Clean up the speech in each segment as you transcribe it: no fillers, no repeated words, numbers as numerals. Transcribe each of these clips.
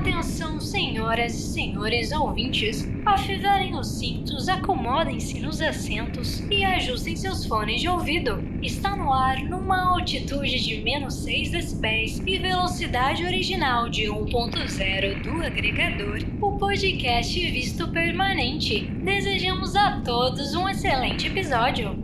Atenção, senhoras e senhores ouvintes, afivelem os cintos, acomodem-se nos assentos e ajustem seus fones de ouvido. Está no ar numa altitude de menos 6 decibéis e velocidade original de 1.0 do agregador, o podcast Visto Permanente. Desejamos a todos um excelente episódio.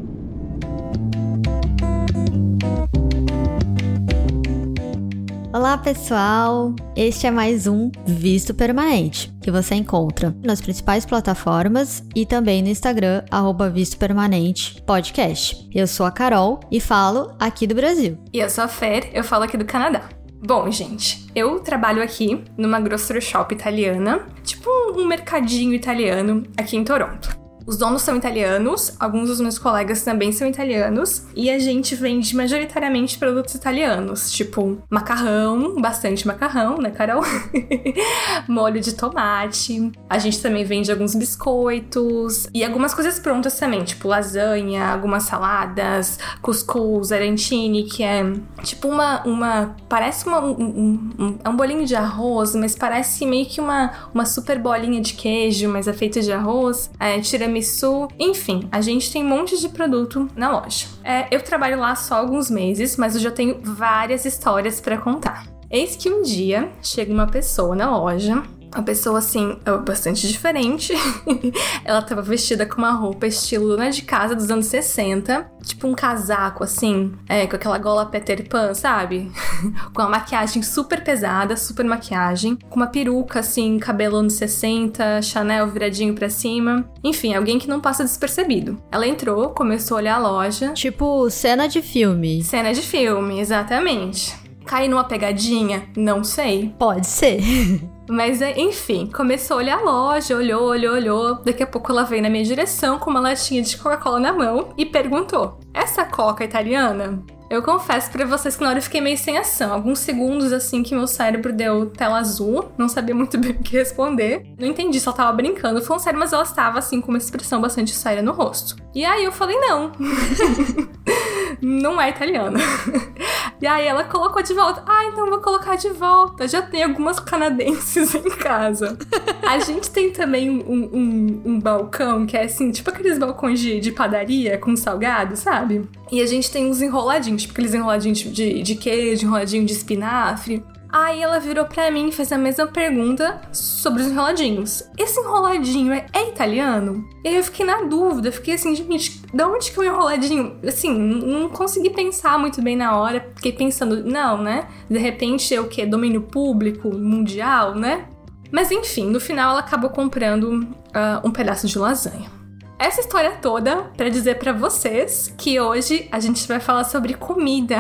Olá pessoal, este é mais um Visto Permanente, que você encontra nas principais plataformas e também no Instagram, @VistoPermanentePodcast. Eu sou a Carol e falo aqui do Brasil. E eu sou a Fer, eu falo aqui do Canadá. Bom, gente, eu trabalho aqui numa grocery shop italiana, tipo um mercadinho italiano aqui em Toronto. Os donos são italianos, alguns dos meus colegas também são italianos, e a gente vende majoritariamente produtos italianos, tipo macarrão, bastante macarrão, né, Carol? Molho de tomate. A gente também vende alguns biscoitos e algumas coisas prontas também, tipo lasanha, algumas saladas, cuscuz, arancini, que é tipo parece é um bolinho de arroz, mas parece meio que uma super bolinha de queijo, mas é feito de arroz, tiramisu. Enfim, a gente tem um monte de produto na loja. Eu trabalho lá só alguns meses, mas eu já tenho várias histórias pra contar. Eis que um dia chega uma pessoa na loja, uma pessoa assim, bastante diferente. Ela tava vestida com uma roupa estilo dona de casa dos anos 60, tipo um casaco assim, com aquela gola Peter Pan, sabe? Com uma maquiagem super pesada, super maquiagem, com uma peruca assim, cabelo anos 60, Chanel viradinho pra cima. Enfim, alguém que não passa despercebido. Ela entrou, começou a olhar a loja. Tipo cena de filme. Cena de filme, exatamente. Cai numa pegadinha? Não sei. Pode ser. Mas, enfim, começou a olhar a loja, olhou. Daqui a pouco ela veio na minha direção com uma latinha de Coca-Cola na mão e perguntou: essa Coca é italiana? Eu confesso pra vocês que na hora eu fiquei meio sem ação. Alguns segundos, assim, que meu cérebro deu tela azul. Não sabia muito bem o que responder. Não entendi se ela tava brincando, falando sério, mas ela estava, assim, com uma expressão bastante séria no rosto. E aí eu falei, não. Não é italiana. E aí ela colocou de volta. Então vou colocar de volta. Já tem algumas canadenses em casa. A gente tem também um balcão que é assim, tipo aqueles balcões de padaria com salgado, sabe? E a gente tem uns enroladinhos, tipo aqueles enroladinhos de queijo, enroladinho de espinafre. Aí ela virou pra mim e fez a mesma pergunta sobre os enroladinhos. Esse enroladinho é italiano? E aí eu fiquei na dúvida, fiquei assim, gente, de onde que é um enroladinho? Assim, não consegui pensar muito bem na hora, fiquei pensando, não, né? De repente é o quê? Domínio público, mundial, né? Mas enfim, no final ela acabou comprando um pedaço de lasanha. Essa história toda pra dizer pra vocês que hoje a gente vai falar sobre comida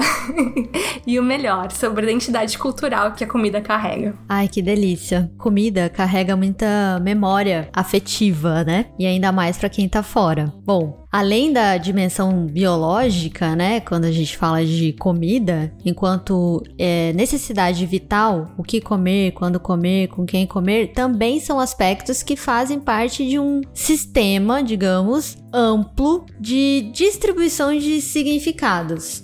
e o melhor, sobre a identidade cultural que a comida carrega. Ai, que delícia. Comida carrega muita memória afetiva, né? E ainda mais pra quem tá fora. Bom, além da dimensão biológica, né, quando a gente fala de comida, enquanto necessidade vital, o que comer, quando comer, com quem comer, também são aspectos que fazem parte de um sistema, digamos, amplo de distribuição de significados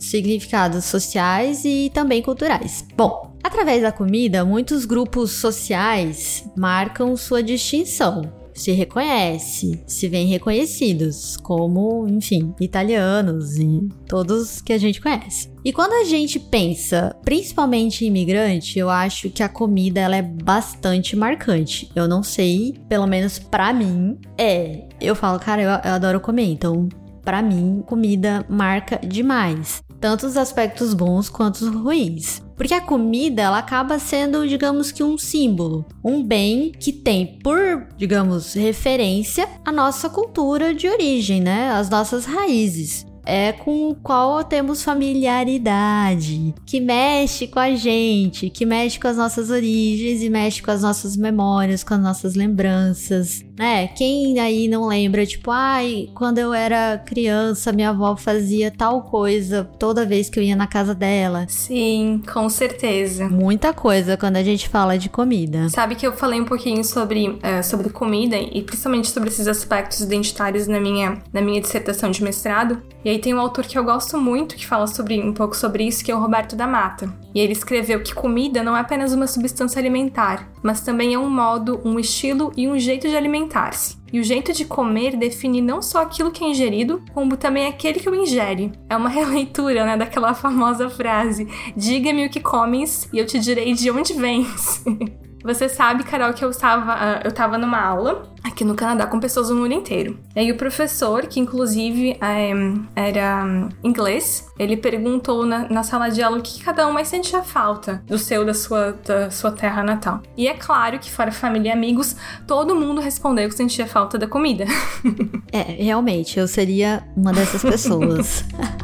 sociais e também culturais. Bom, através da comida, muitos grupos sociais marcam sua distinção. Se reconhece, se veem reconhecidos como, enfim, italianos e todos que a gente conhece. E quando a gente pensa, principalmente em imigrante, eu acho que a comida ela é bastante marcante. Eu não sei, pelo menos pra mim, eu falo, cara, eu adoro comer, então pra mim, comida marca demais. Tanto os aspectos bons quanto os ruins. Porque a comida, ela acaba sendo, digamos que um símbolo. Um bem que tem por, digamos, referência a nossa cultura de origem, né? As nossas raízes. É com o qual temos familiaridade, que mexe com a gente, que mexe com as nossas origens e mexe com as nossas memórias, com as nossas lembranças, né? Quem aí não lembra, tipo, quando eu era criança, minha avó fazia tal coisa toda vez que eu ia na casa dela. Sim, com certeza. Muita coisa quando a gente fala de comida. Sabe que eu falei um pouquinho sobre comida e principalmente sobre esses aspectos identitários na minha dissertação de mestrado. E aí tem um autor que eu gosto muito, que fala um pouco sobre isso, que é o Roberto da Mata. E ele escreveu que comida não é apenas uma substância alimentar, mas também é um modo, um estilo e um jeito de alimentar-se. E o jeito de comer define não só aquilo que é ingerido, como também aquele que o ingere. É uma releitura, né, daquela famosa frase: diga-me o que comes e eu te direi de onde vens. Você sabe, Carol, que eu tava numa aula aqui no Canadá com pessoas do mundo inteiro. E aí o professor, que inclusive era inglês, ele perguntou na sala de aula o que cada um mais sentia falta da sua terra natal. E é claro que, fora família e amigos, todo mundo respondeu que sentia falta da comida. Realmente, eu seria uma dessas pessoas.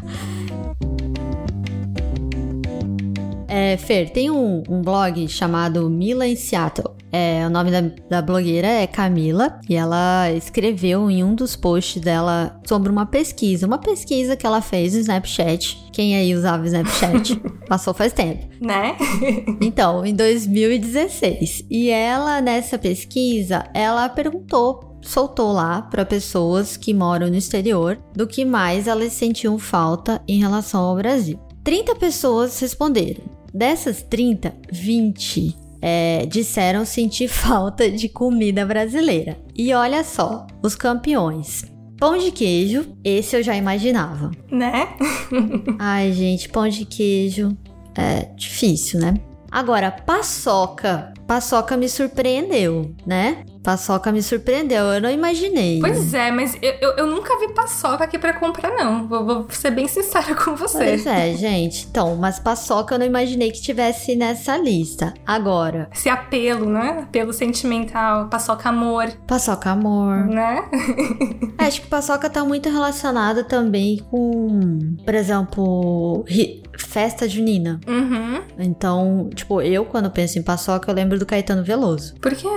Fer, tem um blog chamado Mila in Seattle. O nome da blogueira é Camila e ela escreveu em um dos posts dela sobre uma pesquisa que ela fez no Snapchat. Quem aí usava o Snapchat? Passou faz tempo. Né? Então, em 2016. E ela, nessa pesquisa, ela soltou lá para pessoas que moram no exterior do que mais elas sentiam falta em relação ao Brasil. 30 pessoas responderam. Dessas 30, 20 disseram sentir falta de comida brasileira. E olha só, os campeões. Pão de queijo, esse eu já imaginava. Né? Ai, gente, pão de queijo é difícil, né? Agora, paçoca. Paçoca me surpreendeu, né? Paçoca me surpreendeu, eu não imaginei. Pois é, mas eu nunca vi paçoca aqui pra comprar, não. Vou ser bem sincera com você. Pois é, gente. Então, mas paçoca eu não imaginei que tivesse nessa lista. Agora... esse apelo, né? Apelo sentimental, paçoca amor. Paçoca amor. Né? Acho que paçoca tá muito relacionada também com, por exemplo, festa junina. Uhum. Então, tipo, eu quando penso em paçoca, eu lembro do Caetano Veloso. Por quê?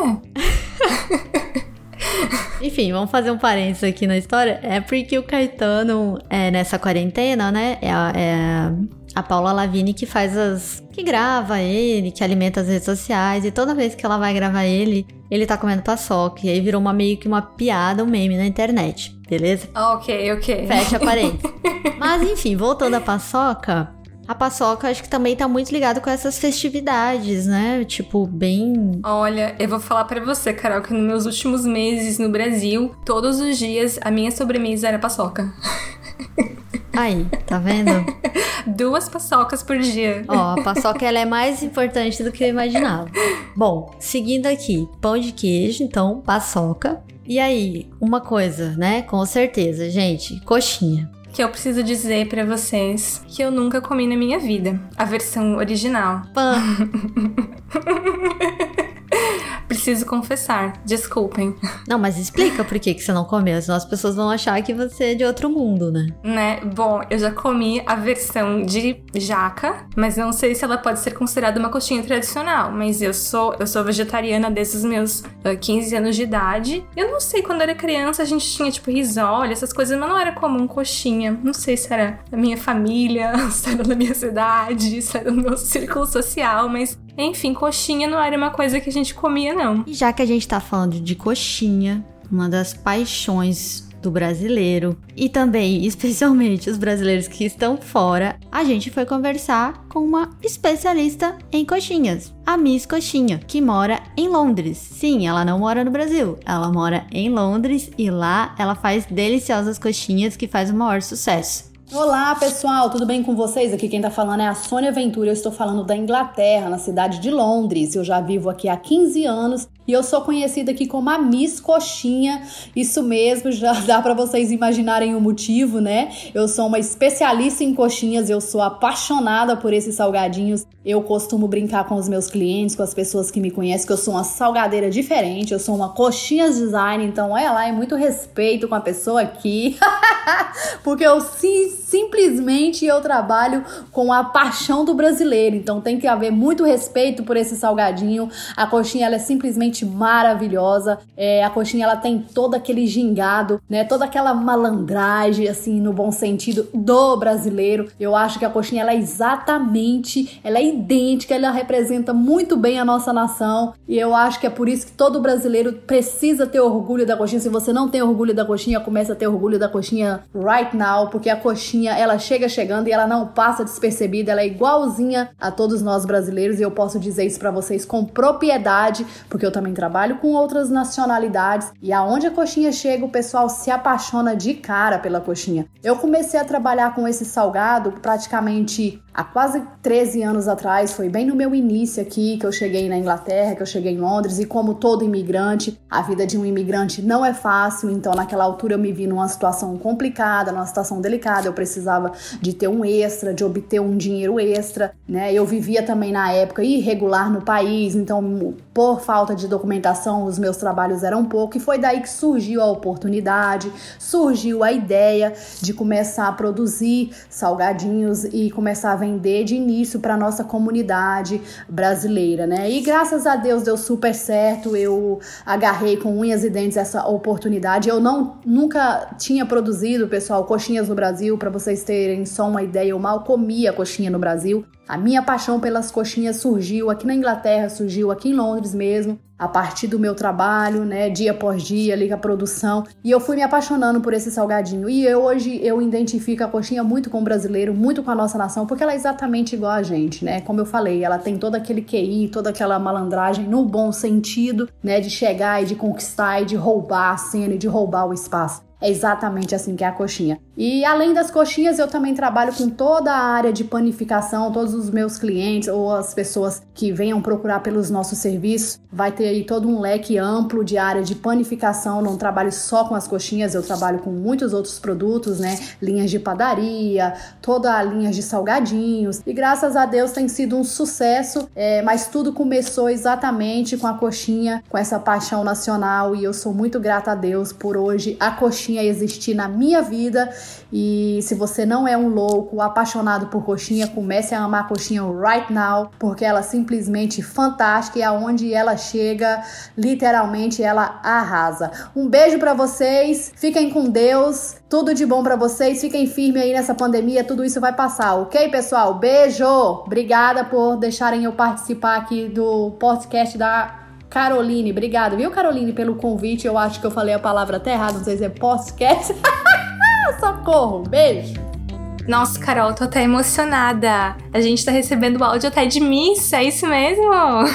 Enfim, vamos fazer um parênteses aqui na história. É porque o Caetano, nessa quarentena, né, a Paula Lavigne que grava ele, que alimenta as redes sociais, e toda vez que ela vai gravar ele tá comendo paçoca, e aí virou meio que uma piada, um meme na internet, beleza? Ok. Fecha parênteses. Mas enfim, voltando à paçoca... A paçoca acho que também tá muito ligado com essas festividades, né? Tipo, bem... Olha, eu vou falar pra você, Carol, que nos meus últimos meses no Brasil, todos os dias a minha sobremesa era paçoca. Aí, tá vendo? 2 paçocas por dia. Ó, a paçoca ela é mais importante do que eu imaginava. Bom, seguindo aqui, pão de queijo, então, paçoca. E aí, uma coisa, né? Com certeza, gente, coxinha. Que eu preciso dizer pra vocês que eu nunca comi na minha vida. A versão original. Pã. Preciso confessar, desculpem. Não, mas explica por que você não comeu, senão as pessoas vão achar que você é de outro mundo, né? Bom, eu já comi a versão de jaca, mas não sei se ela pode ser considerada uma coxinha tradicional, mas eu sou vegetariana desde os meus 15 anos de idade. Eu não sei, quando eu era criança a gente tinha tipo risole, essas coisas, mas não era comum coxinha. Não sei se era da minha família, se era da minha cidade, se era do meu círculo social, mas enfim, coxinha não era uma coisa que a gente comia, não. E já que a gente tá falando de coxinha, uma das paixões do brasileiro, e também, especialmente, os brasileiros que estão fora, a gente foi conversar com uma especialista em coxinhas, a Miss Coxinha, que mora em Londres. Sim, ela não mora no Brasil, ela mora em Londres e lá ela faz deliciosas coxinhas que faz o maior sucesso. Olá pessoal, tudo bem com vocês? Aqui quem tá falando é a Sônia Ventura, eu estou falando da Inglaterra, na cidade de Londres. Eu já vivo aqui há 15 anos e eu sou conhecida aqui como a Miss Coxinha. Isso mesmo, já dá pra vocês imaginarem o motivo, né? Eu sou uma especialista em coxinhas, eu sou apaixonada por esses salgadinhos. Eu costumo brincar com os meus clientes, com as pessoas que me conhecem, que eu sou uma salgadeira diferente, eu sou uma coxinhas design, então olha lá, é muito respeito com a pessoa aqui, porque eu sim simplesmente eu trabalho com a paixão do brasileiro, então tem que haver muito respeito por esse salgadinho. A coxinha, ela é simplesmente maravilhosa, a coxinha, ela tem todo aquele gingado, né, toda aquela malandragem, assim, no bom sentido do brasileiro. Eu acho que a coxinha, ela é exatamente, ela é idêntica, ela representa muito bem a nossa nação, e eu acho que é por isso que todo brasileiro precisa ter orgulho da coxinha. Se você não tem orgulho da coxinha, comece a ter orgulho da coxinha right now, porque a coxinha, ela chega chegando e ela não passa despercebida, ela é igualzinha a todos nós brasileiros, e eu posso dizer isso pra vocês com propriedade, porque eu também trabalho com outras nacionalidades, e aonde a coxinha chega, o pessoal se apaixona de cara pela coxinha. Eu comecei a trabalhar com esse salgado praticamente há quase 13 anos atrás, foi bem no meu início aqui, que eu cheguei na Inglaterra, que eu cheguei em Londres, e como todo imigrante, a vida de um imigrante não é fácil, então naquela altura eu me vi numa situação complicada, numa situação delicada, eu precisava de ter um extra, de obter um dinheiro extra, né? Eu vivia também na época irregular no país, então por falta de documentação os meus trabalhos eram pouco, e foi daí que surgiu a oportunidade, surgiu a ideia de começar a produzir salgadinhos e começar a vender de início para nossa comunidade brasileira, né? E graças a Deus deu super certo, eu agarrei com unhas e dentes essa oportunidade. Eu nunca tinha produzido, pessoal, coxinhas no Brasil, para vocês terem só uma ideia, eu mal comia coxinha no Brasil. A minha paixão pelas coxinhas surgiu aqui na Inglaterra, surgiu aqui em Londres mesmo, a partir do meu trabalho, né, dia após dia, ali com a produção, e eu fui me apaixonando por esse salgadinho, e hoje eu identifico a coxinha muito com o brasileiro, muito com a nossa nação, porque ela é exatamente igual a gente, né, como eu falei, ela tem todo aquele QI, toda aquela malandragem no bom sentido, né, de chegar e de conquistar e de roubar a cena e de roubar o espaço. É exatamente assim que é a coxinha. E além das coxinhas, eu também trabalho com toda a área de panificação. Todos os meus clientes ou as pessoas que venham procurar pelos nossos serviços, vai ter aí todo um leque amplo de área de panificação. Não trabalho só com as coxinhas, eu trabalho com muitos outros produtos, né? Linhas de padaria, toda a linha de salgadinhos. E graças a Deus tem sido um sucesso, mas tudo começou exatamente com a coxinha, com essa paixão nacional. E eu sou muito grata a Deus por hoje a coxinha existir na minha vida. E se você não é um louco apaixonado por coxinha, comece a amar a coxinha right now, porque ela é simplesmente fantástica, e aonde ela chega, literalmente ela arrasa. Um beijo pra vocês, fiquem com Deus, tudo de bom pra vocês, fiquem firmes aí nessa pandemia, tudo isso vai passar, ok, pessoal? Beijo! Obrigada por deixarem eu participar aqui do podcast da Caroline. Obrigada, viu, Caroline, pelo convite. Eu acho que eu falei a palavra até errada, não sei se é podcast. Socorro, beijo! Nossa, Carol, tô até emocionada. A gente tá recebendo o áudio até de missa, é isso mesmo?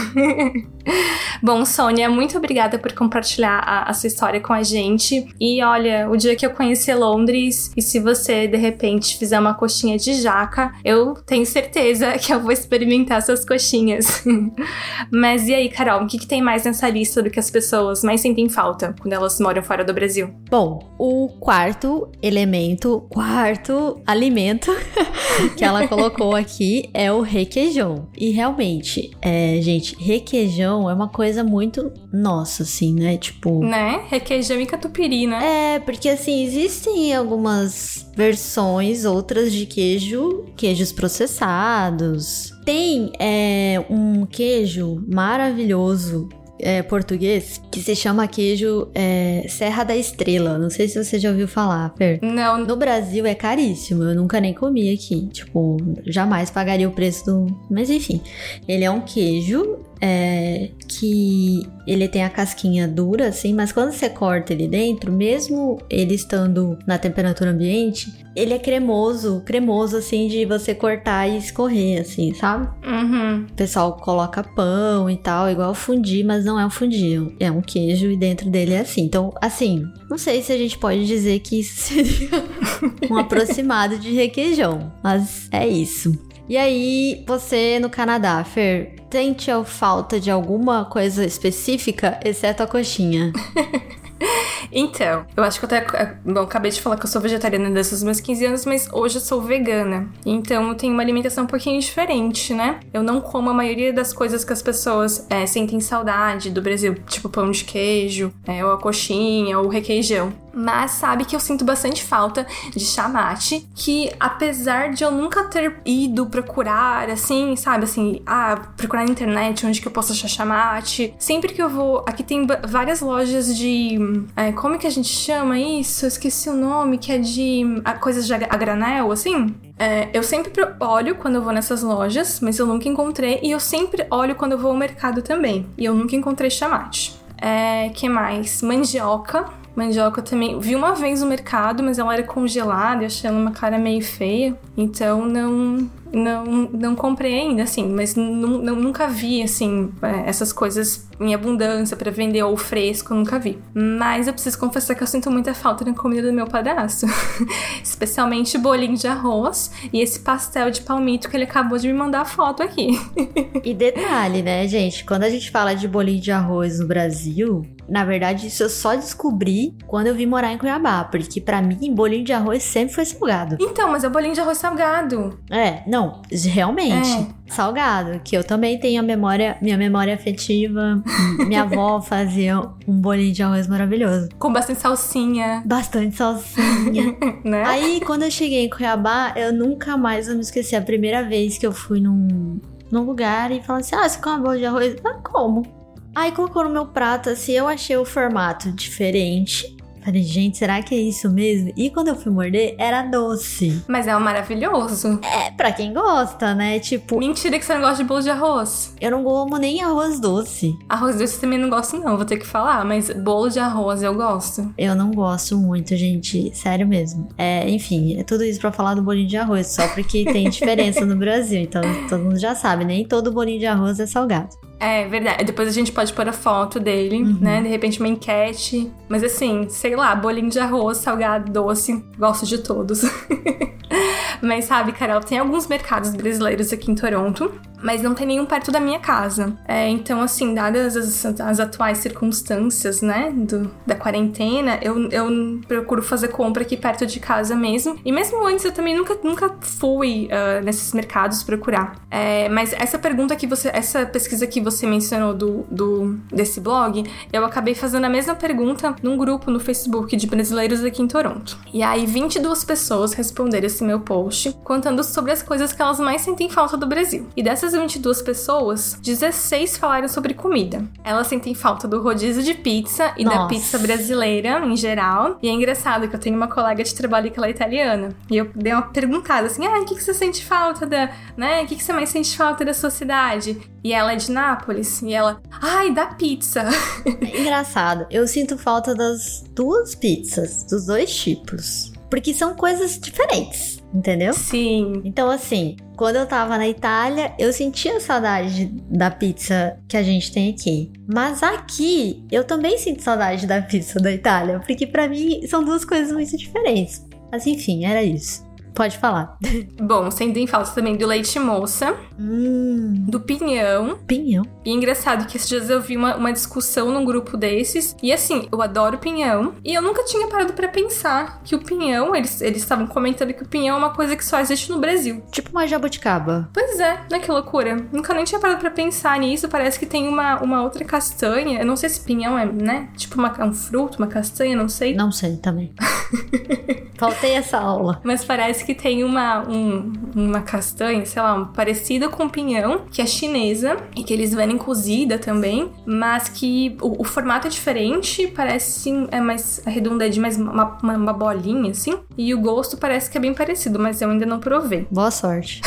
Bom, Sônia, muito obrigada por compartilhar a sua história com a gente. E olha, o dia que eu conhecer Londres, e se você, de repente, fizer uma coxinha de jaca, eu tenho certeza que eu vou experimentar essas coxinhas. Mas e aí, Carol, o que tem mais nessa lista do que as pessoas mais sentem falta quando elas moram fora do Brasil? Bom, o quarto alimento que ela colocou aqui é o requeijão. E realmente, gente, requeijão é uma coisa muito nossa, assim, né? Tipo... Né? Requeijão e catupiry, né? Porque assim, existem algumas versões, outras de queijos processados. Tem um queijo maravilhoso português, que se chama queijo Serra da Estrela. Não sei se você já ouviu falar, Fer. Não. No Brasil é caríssimo, eu nunca nem comi aqui. Tipo, jamais pagaria o preço do... Mas enfim, ele é um queijo que ele tem a casquinha dura, assim, mas quando você corta ele dentro, mesmo ele estando na temperatura ambiente, ele é cremoso, assim, de você cortar e escorrer, assim, sabe? Uhum. O pessoal coloca pão e tal, igual fundi, mas não é um fundi, é um queijo e dentro dele é assim. Então, assim, não sei se a gente pode dizer que isso seria um aproximado de requeijão, mas é isso. E aí, você no Canadá, Fer, sente a falta de alguma coisa específica, exceto a coxinha? Então, eu acho que eu até... Bom, acabei de falar que eu sou vegetariana desde os meus 15 anos, mas hoje eu sou vegana. Então, eu tenho uma alimentação um pouquinho diferente, né? Eu não como a maioria das coisas que as pessoas sentem saudade do Brasil. Tipo pão de queijo, ou a coxinha, ou o requeijão. Mas sabe que eu sinto bastante falta de chamate, que apesar de eu nunca ter ido procurar, assim, sabe, assim, procurar na internet onde que eu posso achar chamate, sempre que eu vou, aqui tem várias lojas de, como que a gente chama isso? Eu esqueci o nome, que é de coisas de a granel, assim. Eu sempre olho quando eu vou nessas lojas, mas eu nunca encontrei, e eu sempre olho quando eu vou ao mercado também, e eu nunca encontrei chamate. Que mais? Mandioca também. Vi uma vez no mercado, mas ela era congelada, eu achei ela uma cara meio feia. Então não comprei ainda, assim. Mas nunca vi, assim, essas coisas em abundância pra vender ou fresco, nunca vi. Mas eu preciso confessar que eu sinto muita falta na comida do meu padrasto. Especialmente bolinho de arroz e esse pastel de palmito que ele acabou de me mandar foto aqui. E detalhe, né, gente? Quando a gente fala de bolinho de arroz no Brasil, na verdade, isso eu só descobri quando eu vim morar em Cuiabá. Porque pra mim, bolinho de arroz sempre foi salgado. Então, mas é bolinho de arroz salgado. Não, realmente. Salgado, que eu também tenho minha memória afetiva. Minha avó fazia um bolinho de arroz maravilhoso. Com bastante salsinha. Bastante salsinha. Né? Aí, quando eu cheguei em Cuiabá, eu nunca mais vou me esquecer. A primeira vez que eu fui num lugar e falaram assim, você come bolo de arroz? Como? Aí colocou no meu prato, assim, eu achei o formato diferente. Falei, gente, será que é isso mesmo? E quando eu fui morder, era doce. Mas é maravilhoso. Pra quem gosta, né? Tipo... Mentira que você não gosta de bolo de arroz. Eu não como nem arroz doce. Arroz doce também não gosto não, vou ter que falar. Mas bolo de arroz eu gosto. Eu não gosto muito, gente. Sério mesmo. Enfim, é tudo isso pra falar do bolinho de arroz. Só porque tem diferença no Brasil. Então, todo mundo já sabe. Nem todo bolinho de arroz é salgado. É verdade. Depois a gente pode pôr a foto dele, né? De repente uma enquete. Mas assim, sei lá, bolinho de arroz, salgado, doce. Gosto de todos. Mas sabe, Carol, tem alguns mercados brasileiros aqui em Toronto, mas não tem nenhum perto da minha casa. Então, assim, dadas as atuais circunstâncias, né, da quarentena, eu procuro fazer compra aqui perto de casa mesmo. E mesmo antes, eu também nunca fui nesses mercados procurar. Mas essa pesquisa que você mencionou desse blog, eu acabei fazendo a mesma pergunta num grupo no Facebook de brasileiros aqui em Toronto. E aí, 22 pessoas responderam esse meu post, contando sobre as coisas que elas mais sentem falta do Brasil. E dessas 22 pessoas, 16 falaram sobre comida. Elas sentem falta do rodízio de pizza e da pizza brasileira, em geral. E é engraçado que eu tenho uma colega de trabalho que ela é italiana. E eu dei uma perguntada assim, o que você sente falta o que você mais sente falta da sua cidade? E ela é de Nápoles. E ela, da pizza. Engraçado. Eu sinto falta das duas pizzas, dos dois tipos. Porque são coisas diferentes, entendeu? Sim. Então, assim, quando eu tava na Itália, eu sentia saudade da pizza que a gente tem aqui. Mas aqui, eu também sinto saudade da pizza da Itália. Porque pra mim, são duas coisas muito diferentes. Mas enfim, era isso. Pode falar. Bom, sentem falta também do leite moça, do pinhão. Pinhão. E é engraçado que esses dias eu vi uma discussão num grupo desses. E assim, eu adoro pinhão. E eu nunca tinha parado pra pensar que o pinhão, eles estavam comentando que o pinhão é uma coisa que só existe no Brasil. Tipo uma jabuticaba. Pois é, né? Que loucura. Nunca nem tinha parado pra pensar nisso. Parece que tem uma outra castanha. Eu não sei se pinhão é, né? Tipo um fruto, uma castanha, não sei. Não sei também. Faltei essa aula. Mas parece que tem uma castanha, sei lá, parecida com pinhão, que é chinesa, e que eles vendem cozida também, mas que o formato é diferente, parece mais arredondadinho, mais uma bolinha, assim, e o gosto parece que é bem parecido, mas eu ainda não provei. Boa sorte.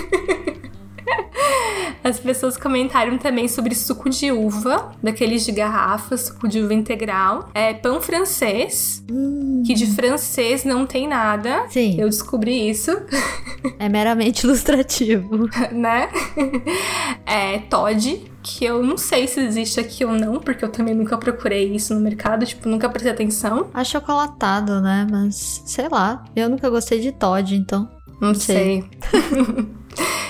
As pessoas comentaram também sobre suco de uva, daqueles de garrafa, suco de uva integral. Pão francês, que de francês não tem nada. Sim. Eu descobri isso. É meramente ilustrativo. Né? Toddy, que eu não sei se existe aqui ou não, porque eu também nunca procurei isso no mercado, nunca prestei atenção. Achocolatado, né? Mas, sei lá, eu nunca gostei de Toddy, então... Não sei.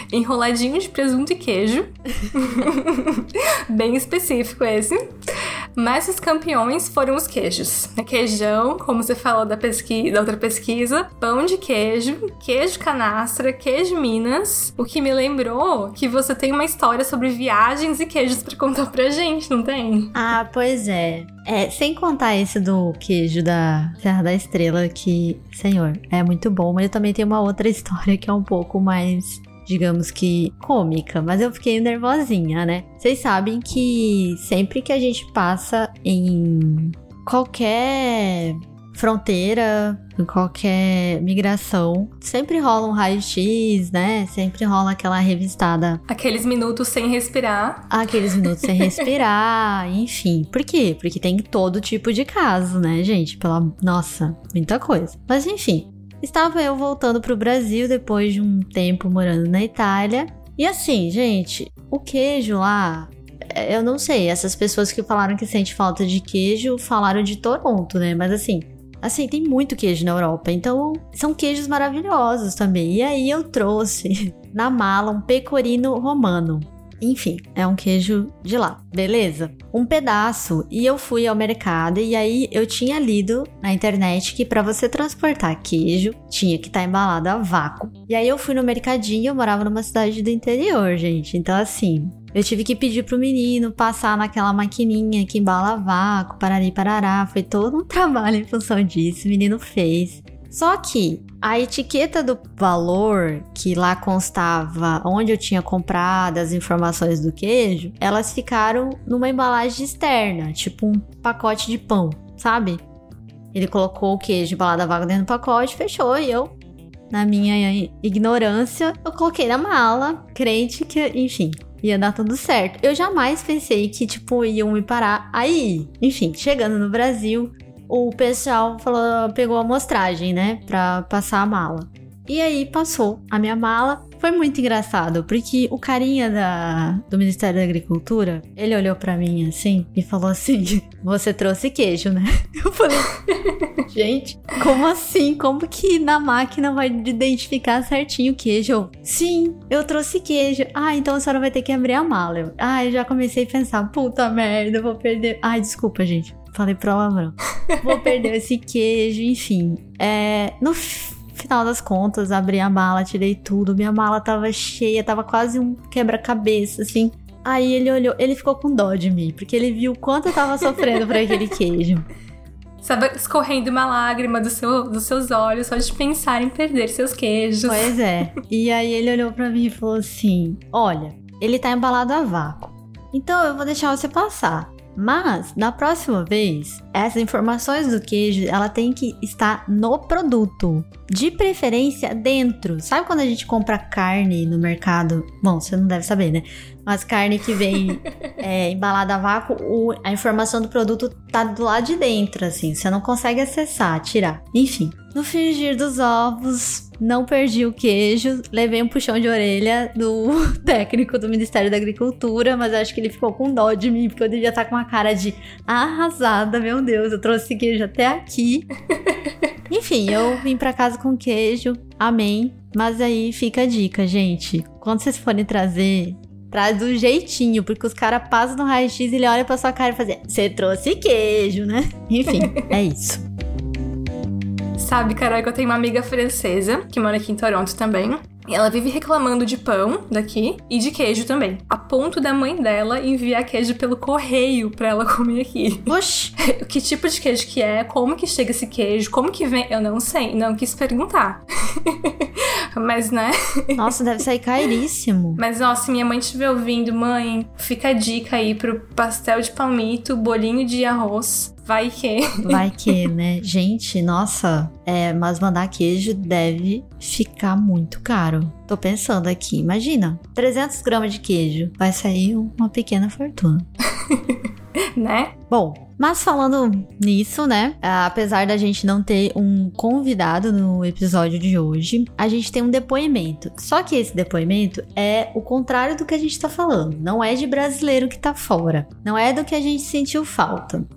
Enroladinho de presunto e queijo. Bem específico esse. mas os campeões foram os queijos. Queijão, como você falou da outra pesquisa, pão de queijo, queijo canastra, queijo Minas, o que me lembrou que você tem uma história sobre viagens e queijos pra contar pra gente, não tem? Ah, pois é. Sem contar esse do queijo da Serra da Estrela, que, senhor, é muito bom, mas eu também tenho uma outra história que é um pouco mais, digamos que, cômica, mas eu fiquei nervosinha, né? Vocês sabem que sempre que a gente passa em qualquer fronteira, em qualquer migração, sempre rola um raio-x, né? Sempre rola aquela revistada. Aqueles minutos sem respirar. Enfim. Por quê? Porque tem todo tipo de caso, né, gente? Nossa, muita coisa. Mas enfim, estava eu voltando pro Brasil depois de um tempo morando na Itália. E assim, gente, o queijo lá, eu não sei, essas pessoas que falaram que sente falta de queijo falaram de Toronto, né? Mas assim, tem muito queijo na Europa, então são queijos maravilhosos também. E aí eu trouxe na mala um pecorino romano. Enfim, é um queijo de lá, beleza? Um pedaço. E eu fui ao mercado e aí eu tinha lido na internet que pra você transportar queijo, tinha que estar embalado a vácuo. E aí eu fui no mercadinho, eu morava numa cidade do interior, gente. Então assim, eu tive que pedir pro menino passar naquela maquininha que embala a vácuo, parari, parará. Foi todo um trabalho em função disso, o menino fez. Só que a etiqueta do valor, que lá constava onde eu tinha comprado, as informações do queijo, elas ficaram numa embalagem externa, tipo um pacote de pão, sabe? Ele colocou o queijo embalado a vácuo dentro do pacote, fechou, e eu, na minha ignorância, eu coloquei na mala, crente que, enfim, ia dar tudo certo. Eu jamais pensei que, tipo, iam me parar aí. Enfim, chegando no Brasil, o pessoal pegou a amostragem, né, pra passar a mala. E aí passou a minha mala. Foi muito engraçado, porque o carinha do Ministério da Agricultura, ele olhou pra mim assim e falou assim: você trouxe queijo, né? Eu falei, gente, como assim? Como que na máquina vai identificar certinho o queijo? Eu, sim, eu trouxe queijo. Ah, então a senhora vai ter que abrir a mala. Eu já comecei a pensar, puta merda, eu vou perder. Ai, desculpa, gente. Falei palavrão. Vou perder esse queijo, enfim. No final das contas, abri a mala, tirei tudo. Minha mala tava cheia, tava quase um quebra-cabeça, assim. Aí ele olhou, ele ficou com dó de mim, porque ele viu o quanto eu tava sofrendo por aquele queijo. Sabe, escorrendo uma lágrima dos seus olhos só de pensar em perder seus queijos. Pois é. E aí ele olhou pra mim e falou assim: olha, ele tá embalado a vácuo, então eu vou deixar você passar. Mas, na próxima vez, essas informações do queijo, ela tem que estar no produto. De preferência, dentro. Sabe quando a gente compra carne no mercado? Bom, você não deve saber, né? Mas carne que vem embalada a vácuo, a informação do produto tá do lado de dentro, assim. Você não consegue acessar, tirar. Enfim, no frigir dos ovos, não perdi o queijo. Levei um puxão de orelha do técnico do Ministério da Agricultura, mas acho que ele ficou com dó de mim, porque eu devia estar com uma cara de arrasada. Meu Deus, eu trouxe queijo até aqui. Enfim, eu vim pra casa com queijo, amém. Mas aí fica a dica, gente. Quando vocês forem trazer, traz do jeitinho, porque os caras passam no raio-x e ele olha pra sua cara e faz: você trouxe queijo, né? Enfim, é isso. Sabe, Carol, que eu tenho uma amiga francesa que mora aqui em Toronto também. E ela vive reclamando de pão daqui e de queijo também. A ponto da mãe dela enviar queijo pelo correio pra ela comer aqui. Oxi! Que tipo de queijo que é? Como que chega esse queijo? Como que vem? Eu não sei, não quis perguntar. Mas, né? Nossa, deve sair caríssimo. Mas, ó, se minha mãe estiver ouvindo, mãe, fica a dica aí pro pastel de palmito, bolinho de arroz. Vai que, né? Gente, nossa, mas mandar queijo deve ficar muito caro. Tô pensando aqui, imagina, 300 gramas de queijo, vai sair uma pequena fortuna. Né? Bom, mas falando nisso, né? Apesar da gente não ter um convidado no episódio de hoje, a gente tem um depoimento. Só que esse depoimento é o contrário do que a gente tá falando. Não é de brasileiro que tá fora. Não é do que a gente sentiu falta.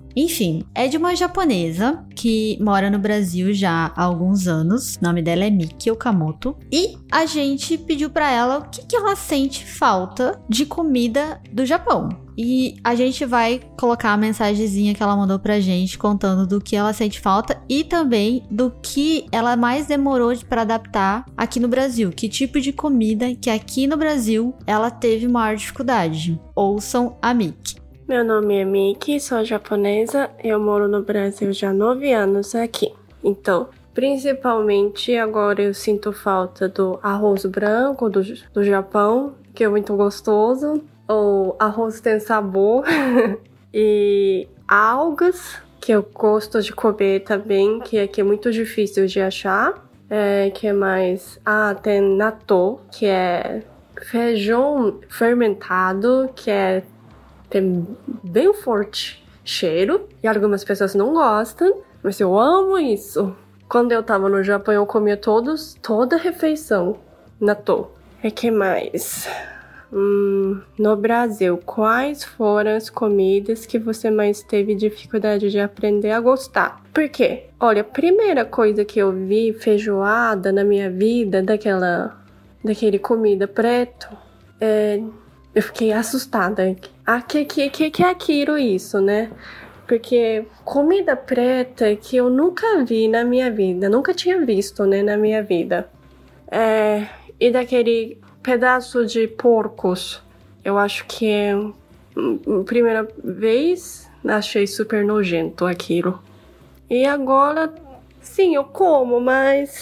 Enfim, é de uma japonesa que mora no Brasil já há alguns anos. O nome dela é Miki Okamoto. E a gente pediu pra ela o que ela sente falta de comida do Japão. E a gente vai colocar a mensagenzinha que ela mandou pra gente contando do que ela sente falta e também do que ela mais demorou pra adaptar aqui no Brasil. Que tipo de comida que aqui no Brasil ela teve maior dificuldade. Ouçam a Miki. Meu nome é Miki, sou japonesa, eu moro no Brasil já há 9 anos aqui. Então, principalmente agora eu sinto falta do arroz branco do Japão, que é muito gostoso. O arroz tem sabor. E algas, que eu gosto de comer também, que aqui é muito difícil de achar. Que mais? Tem natto, que é feijão fermentado, que tem bem forte cheiro. E algumas pessoas não gostam, mas eu amo isso. Quando eu tava no Japão, eu comia toda a refeição natto. E que mais? No Brasil, quais foram as comidas que você mais teve dificuldade de aprender a gostar? Por quê? Olha, a primeira coisa que eu vi feijoada na minha vida, daquele comida preto, eu fiquei assustada. Que é aquilo isso, né? Porque comida preta que eu nunca vi na minha vida, nunca tinha visto, né, na minha vida. E daquele pedaço de porcos, eu acho que é a primeira vez, achei super nojento aquilo. E agora, sim, eu como, mas...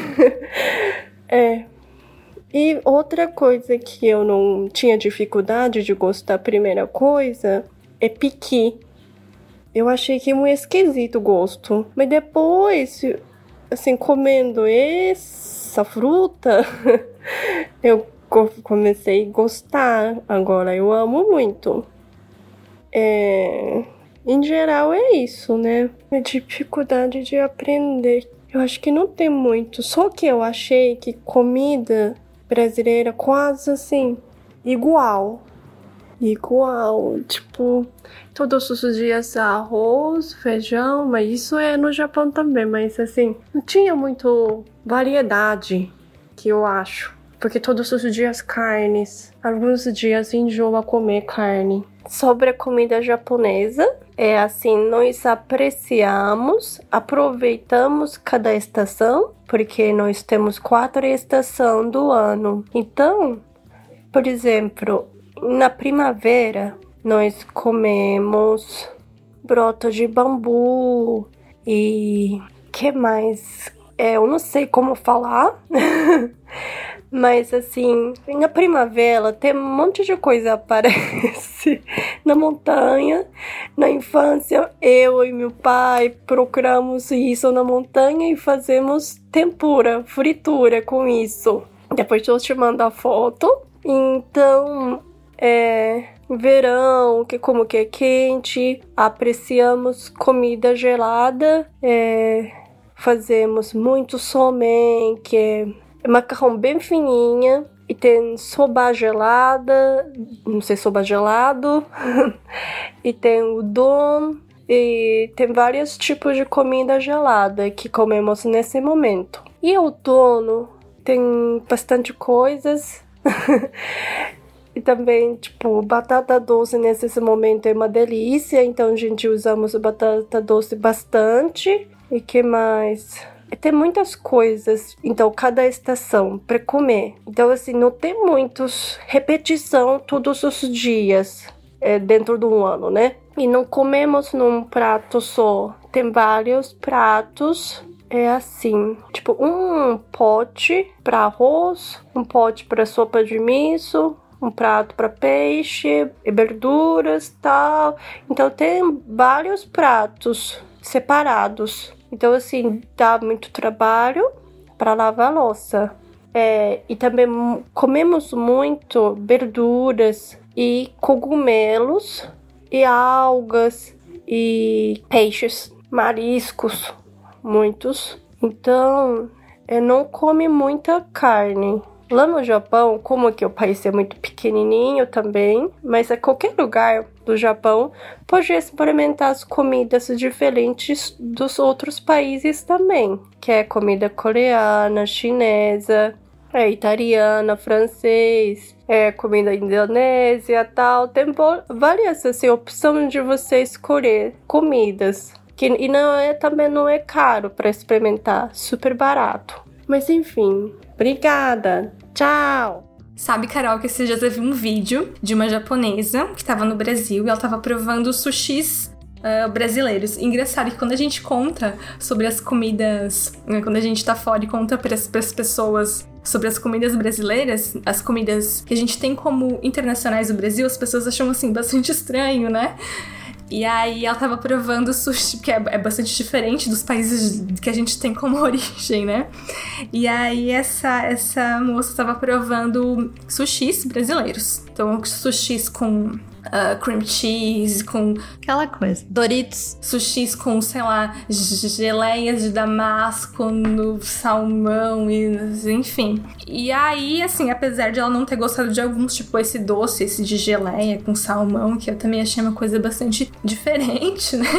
E outra coisa que eu não tinha dificuldade de gostar, a primeira coisa, é piqui. Eu achei que é muito esquisito o gosto. Mas depois, assim, comendo essa fruta, eu comecei a gostar. Agora eu amo muito. Em geral é isso, né? A dificuldade de aprender. Eu acho que não tem muito. Só que eu achei que comida brasileira quase assim, igual, tipo, todos os dias arroz, feijão, mas isso é no Japão também, mas assim, não tinha muito variedade, que eu acho, porque todos os dias carnes, alguns dias enjoa comer carne. Sobre a comida japonesa, é assim, nós aproveitamos cada estação, porque nós temos 4 estações do ano. Então, por exemplo, na primavera, nós comemos broto de bambu e... que mais? Eu não sei como falar, mas assim, na primavera tem um monte de coisa aparece na montanha. Na infância, eu e meu pai procuramos isso na montanha e fazemos tempura, fritura com isso. Depois eu te mando a foto. Então, verão, como que é quente, apreciamos comida gelada, fazemos muito somen, que é macarrão bem fininha, e tem soba gelada, não sei, soba gelado, e tem udon, e tem vários tipos de comida gelada que comemos nesse momento. E outono tem bastante coisas, e também, tipo, batata doce nesse momento é uma delícia, então a gente usamos batata doce bastante. E que mais? Tem muitas coisas, então, cada estação para comer. Então, assim, não tem muitos repetição todos os dias dentro do ano, né? E não comemos num prato só. Tem vários pratos. É assim, tipo, um pote para arroz, um pote para sopa de miso, um prato para peixe, verduras e tal. Então, tem vários pratos separados. Então, assim, dá muito trabalho para lavar a louça. E também comemos muito verduras e cogumelos e algas e peixes, mariscos, muitos. Então, não come muita carne. Lá no Japão, como que o país é muito pequenininho também, mas a qualquer lugar do Japão pode experimentar as comidas diferentes dos outros países também, que é comida coreana, chinesa, italiana, francês, comida indonésia, tal. Tem várias assim, opções de você escolher comidas. E também não é caro para experimentar, super barato. Mas enfim, obrigada, tchau! Sabe, Carol, que esses dias eu vi um vídeo de uma japonesa que tava no Brasil e ela tava provando sushis brasileiros. Engraçado que quando a gente conta sobre as comidas, quando a gente tá fora e conta pras pessoas sobre as comidas brasileiras, as comidas que a gente tem como internacionais do Brasil, as pessoas acham assim bastante estranho, né? E aí ela tava provando sushi, que é bastante diferente dos países que a gente tem como origem, né? E aí essa moça tava provando sushis brasileiros. Então, sushis com cream cheese, com... aquela coisa. Doritos. Sushis com, sei lá, geleias de damasco no salmão, enfim. E aí, assim, apesar de ela não ter gostado de alguns, tipo esse doce, esse de geleia com salmão, que eu também achei uma coisa bastante diferente, né?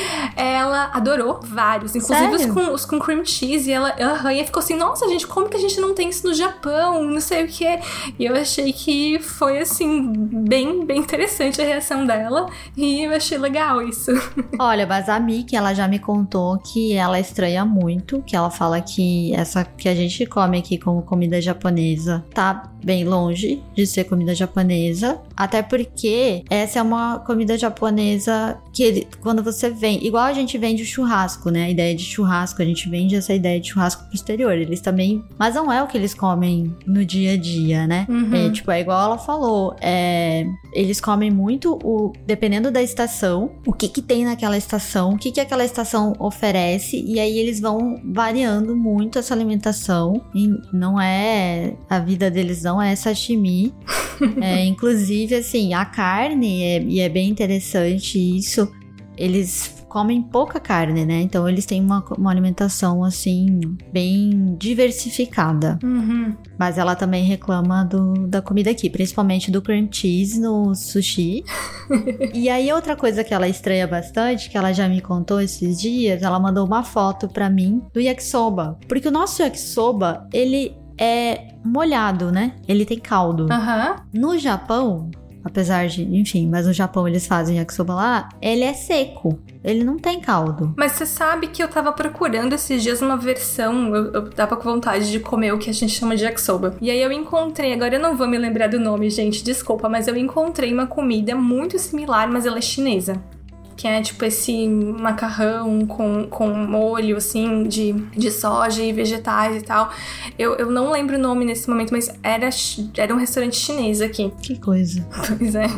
Ela adorou vários, inclusive os com cream cheese, e ela ficou assim, nossa, gente, como que a gente não tem isso no Japão? Não sei o que é. E eu achei que foi, assim, bem interessante a reação dela, e eu achei legal isso. Olha, mas a Miki, ela já me contou que ela estranha muito, que ela fala que essa que a gente come aqui como comida japonesa tá bem longe de ser comida japonesa, até porque essa é uma comida japonesa que quando você vem, igual a gente vende o churrasco, né, a ideia de churrasco, a gente vende essa ideia de churrasco pro exterior, eles também, mas não é o que eles comem no dia a dia, né, é igual ela falou, eles comem muito, dependendo da estação, o que tem naquela estação, o que aquela estação oferece, e aí eles vão variando muito essa alimentação, e não é, a vida deles não é sashimi, inclusive assim, a carne, e é bem interessante isso, eles comem pouca carne, né? Então eles têm uma alimentação assim bem diversificada. Mas ela também reclama da comida aqui, principalmente do cream cheese no sushi. E aí outra coisa que ela estranha bastante, que ela já me contou esses dias, ela mandou uma foto pra mim do yakisoba, porque o nosso yakisoba, ele é molhado, né? Ele tem caldo. No Japão, apesar de, enfim, mas no Japão eles fazem yakisoba lá, ele é seco. Ele não tem caldo. Mas você sabe que eu tava procurando esses dias uma versão, eu tava com vontade de comer o que a gente chama de yakisoba. E aí eu encontrei, agora eu não vou me lembrar do nome, gente, desculpa, mas eu encontrei uma comida muito similar, mas ela é chinesa. Que é tipo esse macarrão com molho, assim, de soja e vegetais e tal. Eu não lembro o nome nesse momento, mas era um restaurante chinês aqui. Que coisa. Pois é.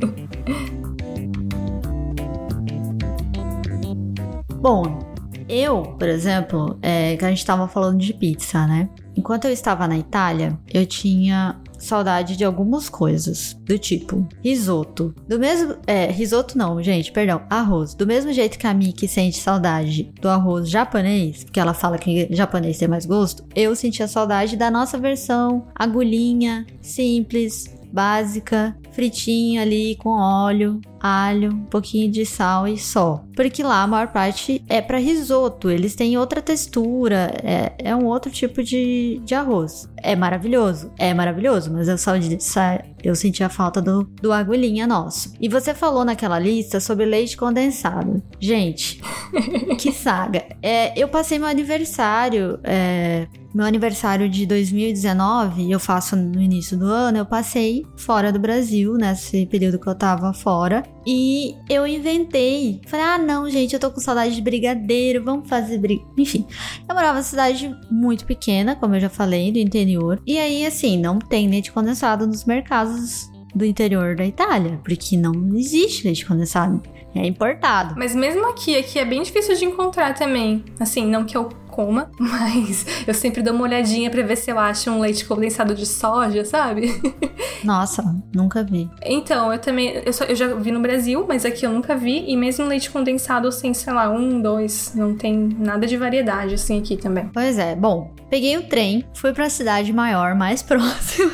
Bom, eu, por exemplo, que a gente tava falando de pizza, né? Enquanto eu estava na Itália, eu tinha saudade de algumas coisas, do tipo risoto. Risoto não, gente, perdão, arroz. Do mesmo jeito que a Miki sente saudade do arroz japonês, porque ela fala que japonês tem mais gosto, eu sentia saudade da nossa versão, agulhinha, simples, básica, fritinho ali com óleo, alho, um pouquinho de sal e só. Porque lá a maior parte é para risoto, eles têm outra textura, é um outro tipo de arroz. É maravilhoso, mas eu senti a falta do agulhinha nosso. E você falou naquela lista sobre leite condensado. Gente, que saga. Eu passei meu aniversário de 2019, eu faço no início do ano, eu passei fora do Brasil, nesse período que eu tava fora, e eu inventei, falei, não, gente, eu tô com saudade de brigadeiro, vamos fazer enfim, eu morava numa cidade muito pequena, como eu já falei, do interior, e aí, assim, não tem leite condensado nos mercados do interior da Itália, porque não existe leite condensado, é importado. Mas mesmo aqui é bem difícil de encontrar também. Assim, não que eu coma, mas eu sempre dou uma olhadinha pra ver se eu acho um leite condensado de soja, sabe? Nossa, nunca vi. Então, eu já vi no Brasil, mas aqui eu nunca vi. E mesmo leite condensado, assim, sei lá, 1, 2, não tem nada de variedade, assim, aqui também. Pois é, bom, peguei o trem, fui pra cidade maior, mais próxima.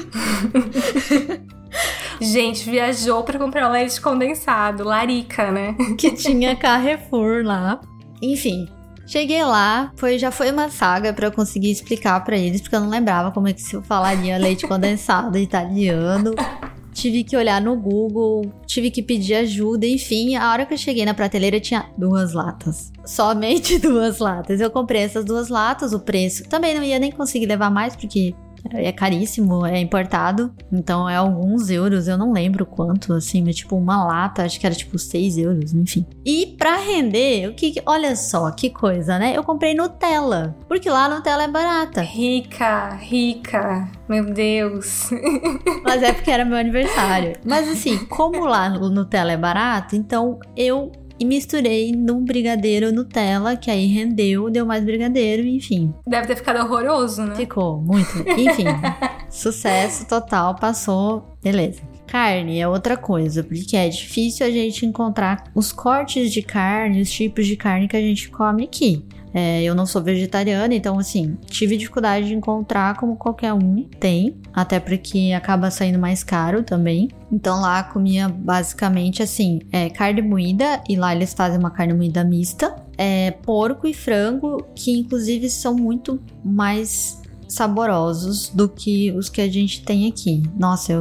Gente, viajou pra comprar um leite condensado, larica, né? Que tinha Carrefour lá. Enfim, cheguei lá, já foi uma saga pra eu conseguir explicar pra eles, porque eu não lembrava como é que se falaria leite condensado italiano. Tive que olhar no Google, tive que pedir ajuda, enfim, a hora que eu cheguei na prateleira tinha 2 latas. Somente 2 latas. Eu comprei essas 2 latas, o preço também não ia nem conseguir levar mais, porque é caríssimo, é importado, então é alguns euros, eu não lembro quanto, assim, mas tipo uma lata, acho que era tipo 6 euros, enfim. E pra render, olha só que coisa, né? Eu comprei Nutella, porque lá a Nutella é barata. Rica, meu Deus. Mas é porque era meu aniversário. Mas assim, como lá o Nutella é barato, então eu misturei num brigadeiro Nutella, que aí rendeu, deu mais brigadeiro, enfim. Deve ter ficado horroroso, né? Ficou, muito. Enfim, sucesso total, passou, beleza. Carne é outra coisa, porque é difícil a gente encontrar os cortes de carne, os tipos de carne que a gente come aqui. Eu não sou vegetariana, então assim, tive dificuldade de encontrar como qualquer um tem, até porque acaba saindo mais caro também. Então lá comia basicamente assim, carne moída, e lá eles fazem uma carne moída mista, porco e frango, que inclusive são muito mais saborosos do que os que a gente tem aqui. Nossa,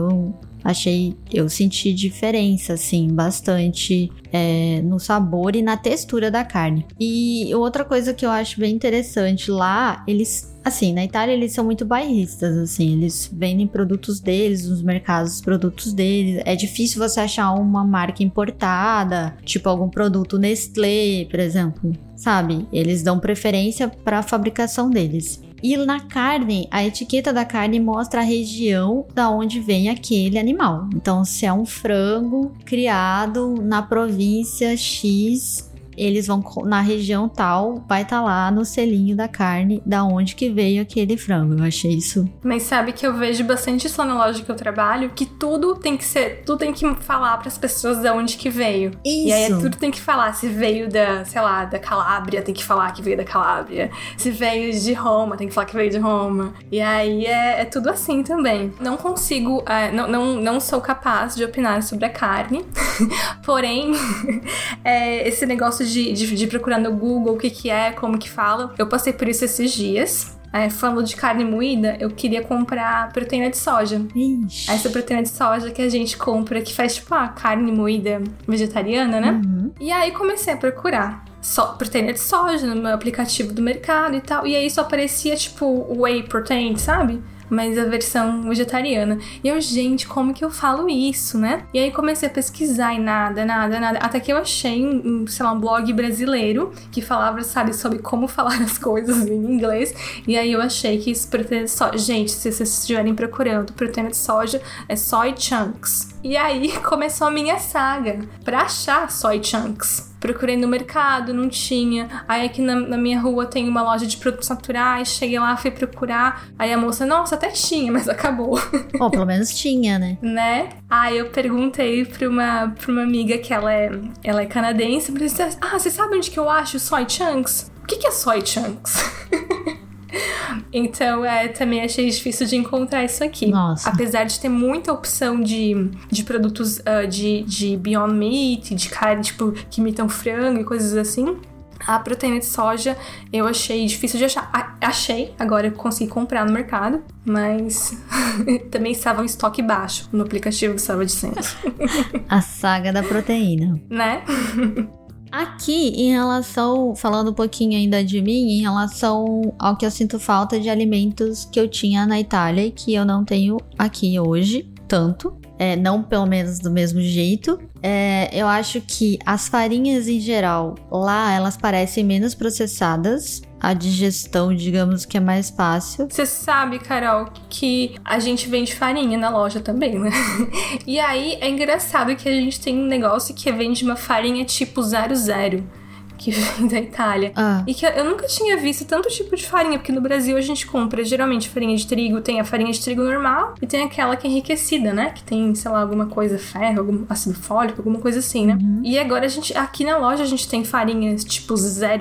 eu senti diferença, assim, bastante no sabor e na textura da carne. E outra coisa que eu acho bem interessante lá, eles, assim, na Itália eles são muito bairristas, assim, eles vendem produtos deles nos mercados, os produtos deles. É difícil você achar uma marca importada, tipo algum produto Nestlé, por exemplo, sabe? Eles dão preferência para a fabricação deles. E na carne, a etiqueta da carne mostra a região da onde vem aquele animal. Então, se é um frango criado na província X, eles vão na região tal, vai estar lá no selinho da carne da onde que veio aquele frango. Eu achei isso. Mas sabe que eu vejo bastante isso na loja que eu trabalho, que tudo tem que falar para as pessoas de onde que veio. Isso. E aí tudo tem que falar, se veio da, sei lá, da Calábria, tem que falar que veio da Calábria. Se veio de Roma, tem que falar que veio de Roma. E aí é tudo assim também. Não consigo, não sou capaz de opinar sobre a carne, porém, esse negócio de procurar no Google o que é, como que fala. Eu passei por isso esses dias. Falando de carne moída, eu queria comprar proteína de soja. Ixi. Essa proteína de soja que a gente compra, que faz tipo a carne moída vegetariana, né? Uhum. E aí comecei a procurar proteína de soja no meu aplicativo do mercado e tal. E aí só aparecia tipo whey protein, sabe? Mas a versão vegetariana. E eu, gente, como que eu falo isso, né? E aí comecei a pesquisar e nada. Até que eu achei um blog brasileiro que falava, sabe, sobre como falar as coisas em inglês. E aí eu achei que isso, proteína de soja... Gente, se vocês estiverem procurando proteína de soja, é soy chunks. E aí começou a minha saga pra achar soy chunks. Procurei no mercado, não tinha. Aí aqui na minha rua tem uma loja de produtos naturais. Cheguei lá, fui procurar. Aí a moça, nossa, até tinha, mas acabou. Pelo menos tinha, né? Né? Aí eu perguntei pra uma amiga que ela é canadense. Você sabe onde que eu acho soy chunks? O que é soy chunks? Então, também achei difícil de encontrar isso aqui. Nossa. Apesar de ter muita opção de produtos de Beyond Meat, de carne, tipo, que imitam frango e coisas assim, a proteína de soja eu achei difícil de achar. Achei, agora eu consegui comprar no mercado, mas também estava em estoque baixo no aplicativo que estava dizendo. A saga da proteína. Né? Aqui, em relação, falando um pouquinho ainda de mim, em relação ao que eu sinto falta de alimentos que eu tinha na Itália e que eu não tenho aqui hoje, tanto. não pelo menos do mesmo jeito. Eu acho que as farinhas em geral, lá elas parecem menos processadas. A digestão, digamos que é mais fácil. Você sabe, Carol, que a gente vende farinha na loja também, né? E aí é engraçado que a gente tem um negócio que vende uma farinha tipo 00, que vem da Itália. E que eu nunca tinha visto tanto tipo de farinha, porque no Brasil a gente compra geralmente farinha de trigo, tem a farinha de trigo normal e tem aquela que é enriquecida, né? Que tem, sei lá, alguma coisa, ferro, algum ácido fólico, alguma coisa assim, né? E agora aqui na loja a gente tem farinhas tipo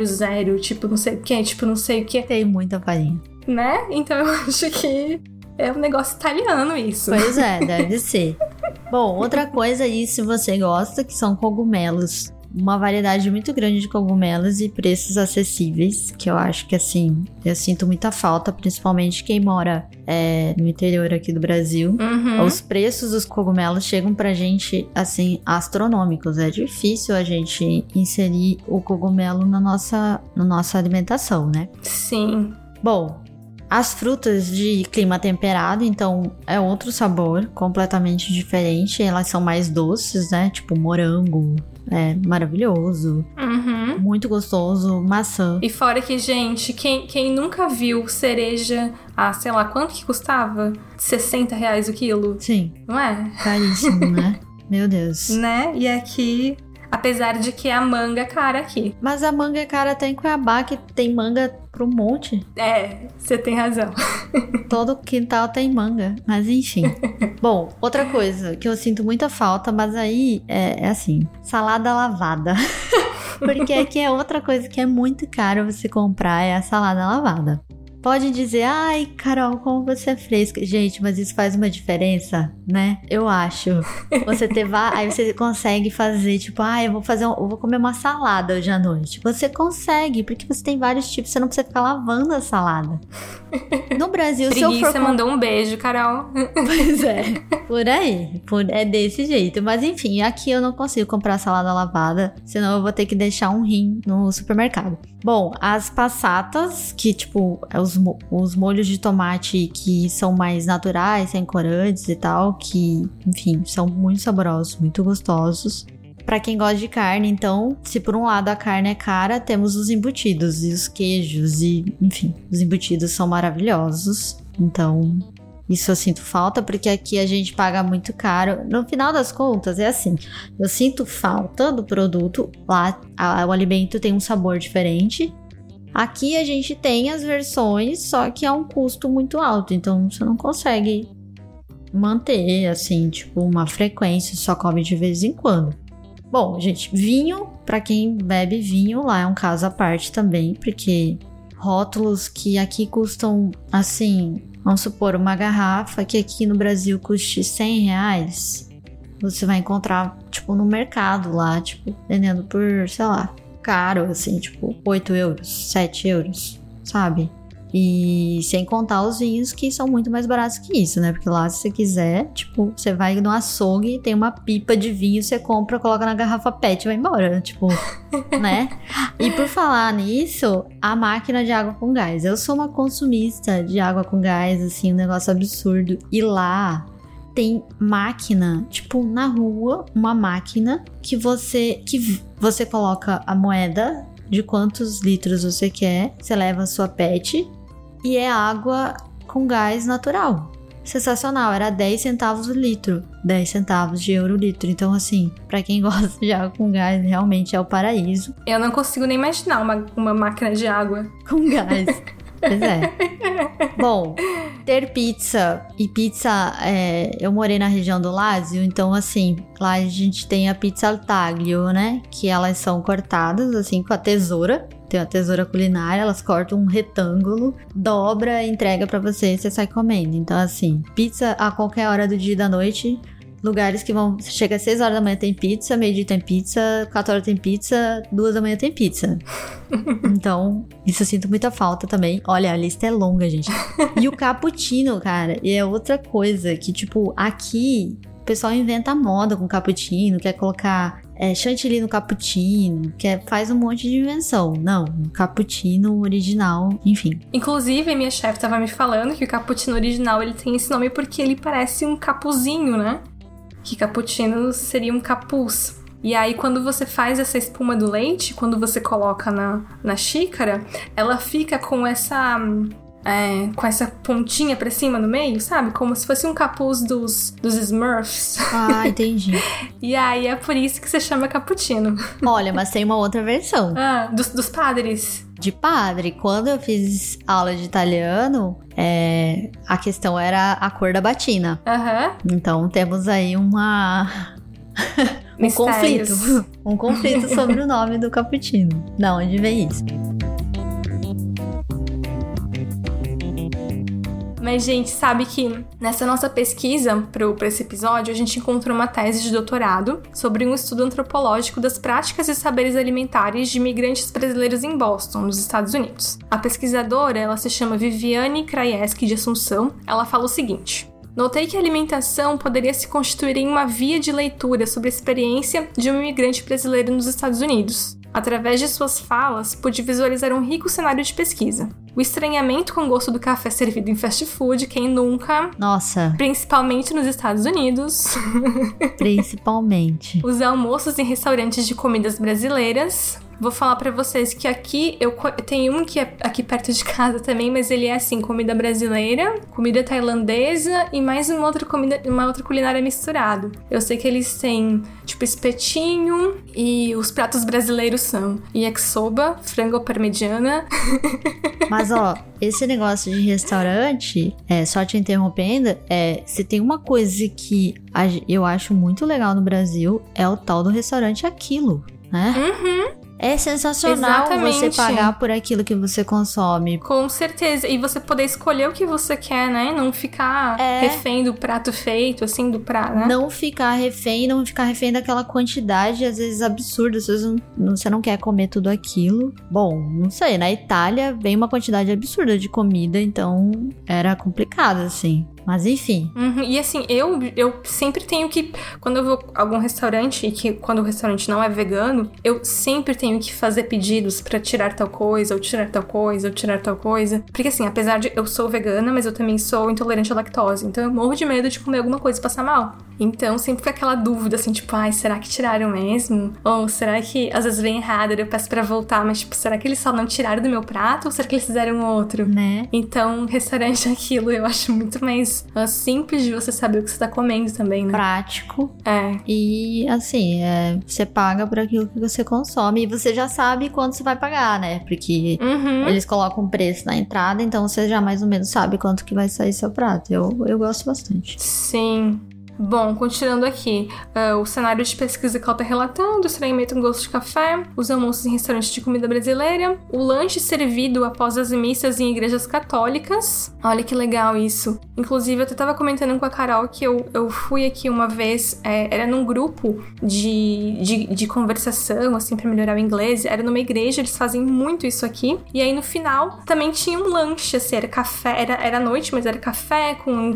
00, tipo não sei o que, tipo não sei o que. Tem muita farinha. Né? Então eu acho que é um negócio italiano isso. Pois é, deve ser. Bom, outra coisa aí, se você gosta, que são cogumelos. Uma variedade muito grande de cogumelos e preços acessíveis, que eu acho que, assim, eu sinto muita falta, principalmente quem mora no interior aqui do Brasil. Os preços dos cogumelos chegam pra gente, assim, astronômicos. É difícil a gente inserir o cogumelo na nossa alimentação, né? Sim. Bom, as frutas de clima temperado, então, é outro sabor completamente diferente. Elas são mais doces, né? Tipo morango. É maravilhoso, muito gostoso, maçã. E fora que, gente, quem nunca viu cereja, sei lá, quanto que custava? R$60 o quilo? Sim. Não é? Caríssimo, né? Meu Deus. Né? E aqui, apesar de que a manga é cara aqui. Mas a manga é cara até em Cuiabá, que tem manga pro monte. Você tem razão. Todo quintal tem manga, mas enfim. Bom, outra coisa que eu sinto muita falta, mas aí é assim, salada lavada. Porque aqui é outra coisa que é muito caro você comprar, é a salada lavada. Pode dizer, ai, Carol, como você é fresca. Gente, mas isso faz uma diferença, né? Eu acho. Você aí você consegue fazer, tipo, eu vou comer uma salada hoje à noite. Você consegue, porque você tem vários tipos, você não precisa ficar lavando a salada. No Brasil, se eu for... Você mandou um beijo, Carol. Pois é, por aí. É desse jeito. Mas enfim, aqui eu não consigo comprar salada lavada, senão eu vou ter que deixar um rim no supermercado. Bom, as passatas, que tipo, os molhos de tomate que são mais naturais, sem corantes e tal, que, enfim, são muito saborosos, muito gostosos. Pra quem gosta de carne, então, se por um lado a carne é cara, temos os embutidos e os queijos e, enfim, os embutidos são maravilhosos. Então, isso eu sinto falta, porque aqui a gente paga muito caro. No final das contas, é assim, eu sinto falta do produto, lá o alimento tem um sabor diferente. Aqui a gente tem as versões, só que é um custo muito alto, então você não consegue manter, assim, tipo, uma frequência, só come de vez em quando. Bom, gente, vinho, pra quem bebe vinho, lá é um caso à parte também, porque rótulos que aqui custam, assim, vamos supor, uma garrafa que aqui no Brasil custe R$100, você vai encontrar, tipo, no mercado lá, tipo, vendendo por, sei lá, caro, assim, tipo, 8 euros, 7 euros, sabe? E sem contar os vinhos que são muito mais baratos que isso, né? Porque lá, se você quiser, tipo, você vai no açougue, tem uma pipa de vinho, você compra, coloca na garrafa PET e vai embora, tipo, né? E por falar nisso, a máquina de água com gás. Eu sou uma consumista de água com gás, assim, um negócio absurdo. E lá tem máquina, tipo, na rua, uma máquina que você coloca a moeda de quantos litros você quer, você leva a sua PET e é água com gás natural. Sensacional, era 10 centavos o litro, 10 centavos de euro o litro. Então, assim, pra quem gosta de água com gás, realmente é o paraíso. Eu não consigo nem imaginar uma máquina de água com gás. Pois é. Bom, ter pizza. E pizza, eu morei na região do Lazio, então assim, lá a gente tem a pizza al taglio, né? Que elas são cortadas assim com a tesoura. Tem uma tesoura culinária, elas cortam um retângulo, dobra, entrega pra você e você sai comendo. Então assim, pizza a qualquer hora do dia e da noite. Lugares que vão... Chega às 6 horas da manhã tem pizza, meio-dia tem pizza, 4 horas tem pizza, 2 da manhã tem pizza. Então, isso eu sinto muita falta também. Olha, a lista é longa, gente. E o cappuccino, cara, é outra coisa que, tipo, aqui o pessoal inventa moda com cappuccino, quer colocar chantilly no cappuccino, faz um monte de invenção. Não, o cappuccino original, enfim. Inclusive, minha chefe tava me falando que o cappuccino original, ele tem esse nome porque ele parece um capuzinho, né? que cappuccino seria um capuz. E aí, quando você faz essa espuma do leite, quando você coloca na xícara, ela fica com essa pontinha pra cima no meio, sabe? Como se fosse um capuz dos Smurfs. Ah, entendi. E aí, é por isso que se chama cappuccino. Olha, mas tem uma outra versão. Dos padres. De padre, quando eu fiz aula de italiano, a questão era a cor da batina. Então, temos aí um conflito sobre o nome do cappuccino. Da onde vem isso? Mas, gente, sabe que nessa nossa pesquisa pra esse episódio, a gente encontrou uma tese de doutorado sobre um estudo antropológico das práticas e saberes alimentares de imigrantes brasileiros em Boston, nos Estados Unidos. A pesquisadora, ela se chama Viviane Krajewski de Assunção. Ela fala o seguinte: notei que a alimentação poderia se constituir em uma via de leitura sobre a experiência de um imigrante brasileiro nos Estados Unidos. Através de suas falas, pude visualizar um rico cenário de pesquisa. O estranhamento com o gosto do café servido em fast food, quem nunca? Nossa. Principalmente nos Estados Unidos. Principalmente. Os almoços em restaurantes de comidas brasileiras. Vou falar pra vocês que aqui, eu tenho um que é aqui perto de casa também, mas ele é assim, comida brasileira, comida tailandesa e mais uma outra culinária misturada. Eu sei que eles têm, tipo, espetinho e os pratos brasileiros são yakisoba, frango parmegiana. Mas, ó, esse negócio de restaurante, só te interrompendo, se tem uma coisa que eu acho muito legal no Brasil, é o tal do restaurante Aquilo, né? É sensacional. Exatamente. Você pagar por aquilo que você consome. Com certeza. E você poder escolher o que você quer, né? Não ficar refém do prato feito, assim, do prato, né? Não ficar refém daquela quantidade, às vezes, absurda. Às vezes você não quer comer tudo aquilo. Bom, não sei. Na Itália vem uma quantidade absurda de comida, então era complicado, assim. Mas enfim. E assim, eu sempre tenho que... Quando eu vou a algum restaurante, e que quando o restaurante não é vegano, eu sempre tenho que fazer pedidos pra tirar tal coisa, ou tirar tal coisa, ou tirar tal coisa. Porque assim, apesar de eu sou vegana, mas eu também sou intolerante à lactose. Então eu morro de medo de comer alguma coisa e passar mal. Então sempre fica aquela dúvida, assim, tipo, será que tiraram mesmo? Ou será que às vezes vem errado, eu peço pra voltar, mas tipo, será que eles só não tiraram do meu prato? Ou será que eles fizeram outro? Né? Então, restaurante Aquilo eu acho muito mais simples de você saber o que você tá comendo também, né? Prático. E, assim, você paga por aquilo que você consome e você já sabe quanto você vai pagar, né? Porque eles colocam um preço na entrada, então você já mais ou menos sabe quanto que vai sair seu prato. Eu gosto bastante. Sim. Bom, continuando aqui, o cenário de pesquisa que ela tá relatando, o estranhamento com gosto de café, os almoços em restaurantes de comida brasileira, o lanche servido após as missas em igrejas católicas. Olha que legal isso. Inclusive, eu até tava comentando com a Carol que eu fui aqui uma vez, era num grupo de conversação, assim, pra melhorar o inglês, era numa igreja, eles fazem muito isso aqui, e aí no final também tinha um lanche, assim, era café, era noite, mas era café com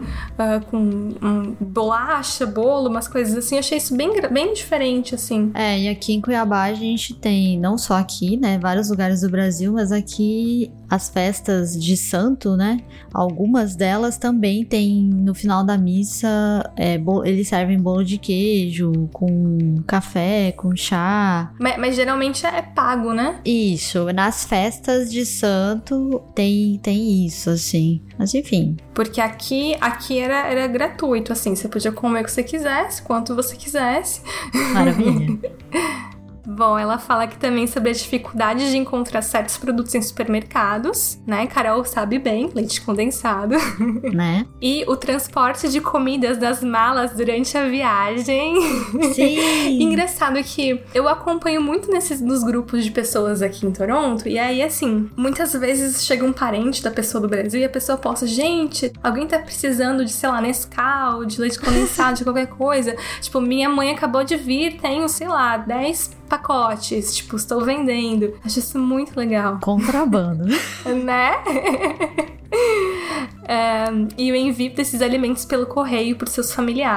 bolacha, bolo, umas coisas assim. Eu achei isso bem diferente, assim. E aqui em Cuiabá a gente tem, não só aqui, né, vários lugares do Brasil, mas aqui as festas de santo, né, algumas delas também tem, no final da missa, eles servem bolo de queijo, com café, com chá. Mas geralmente é pago, né? Isso, nas festas de santo tem isso, assim. Mas enfim. Porque aqui era gratuito, assim, você podia comer o que você quisesse, quanto você quisesse. Maravilha. Bom, ela fala aqui também sobre a dificuldade de encontrar certos produtos em supermercados, né? Carol sabe bem, leite condensado. Né? E o transporte de comidas das malas durante a viagem. Sim! Engraçado que eu acompanho muito nos grupos de pessoas aqui em Toronto, e aí, assim, muitas vezes chega um parente da pessoa do Brasil e a pessoa posta, gente, alguém tá precisando de, sei lá, Nescau, de leite condensado, de qualquer coisa. Tipo, minha mãe acabou de vir, tenho, sei lá, 10 pacotes, tipo, estou vendendo. Acho isso muito legal. Contrabando. Né? E o envio desses alimentos pelo correio por seus familiares.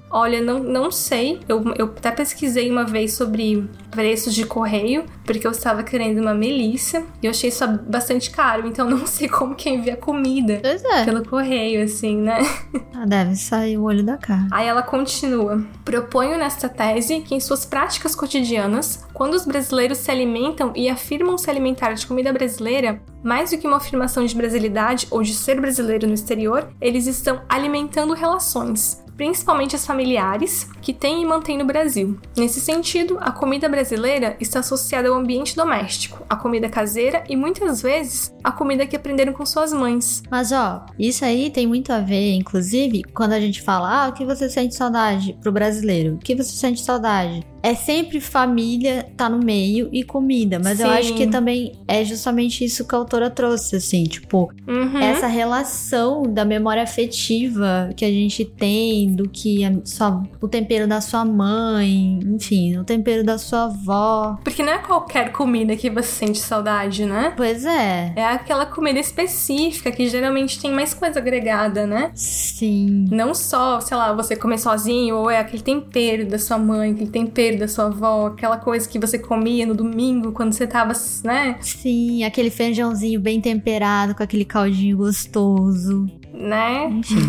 Olha, não sei. Eu até pesquisei uma vez sobre preços de correio, porque eu estava querendo uma Melissa e eu achei isso bastante caro, então não sei como que envia comida pelo correio, assim, né? Deve sair o olho da cara. Aí ela continua. Proponho nesta tese que em suas práticas cotidianas, quando os brasileiros se alimentam e afirmam se alimentar de comida brasileira, mais do que uma afirmação de brasilidade ou de ser brasileiro no exterior, eles estão alimentando relações, principalmente as familiares, que têm e mantêm no Brasil. Nesse sentido, a comida brasileira está associada ao ambiente doméstico, à comida caseira e, muitas vezes, à comida que aprenderam com suas mães. Mas, isso aí tem muito a ver, inclusive, quando a gente fala, o que você sente saudade pro brasileiro? O que você sente saudade? É sempre família, tá no meio, e comida. Mas eu acho que também é justamente isso que a autora trouxe, assim, tipo, essa relação da memória afetiva que a gente tem, do que o tempero da sua mãe, enfim, o tempero da sua avó. Porque não é qualquer comida que você sente saudade, né? Pois é. É aquela comida específica que geralmente tem mais coisa agregada, né? Sim. Não só, sei lá, você comer sozinho, ou é aquele tempero da sua mãe, aquele tempero da sua avó, aquela coisa que você comia no domingo quando você tava, né? Sim, aquele feijãozinho bem temperado com aquele caldinho gostoso. Né? Enfim.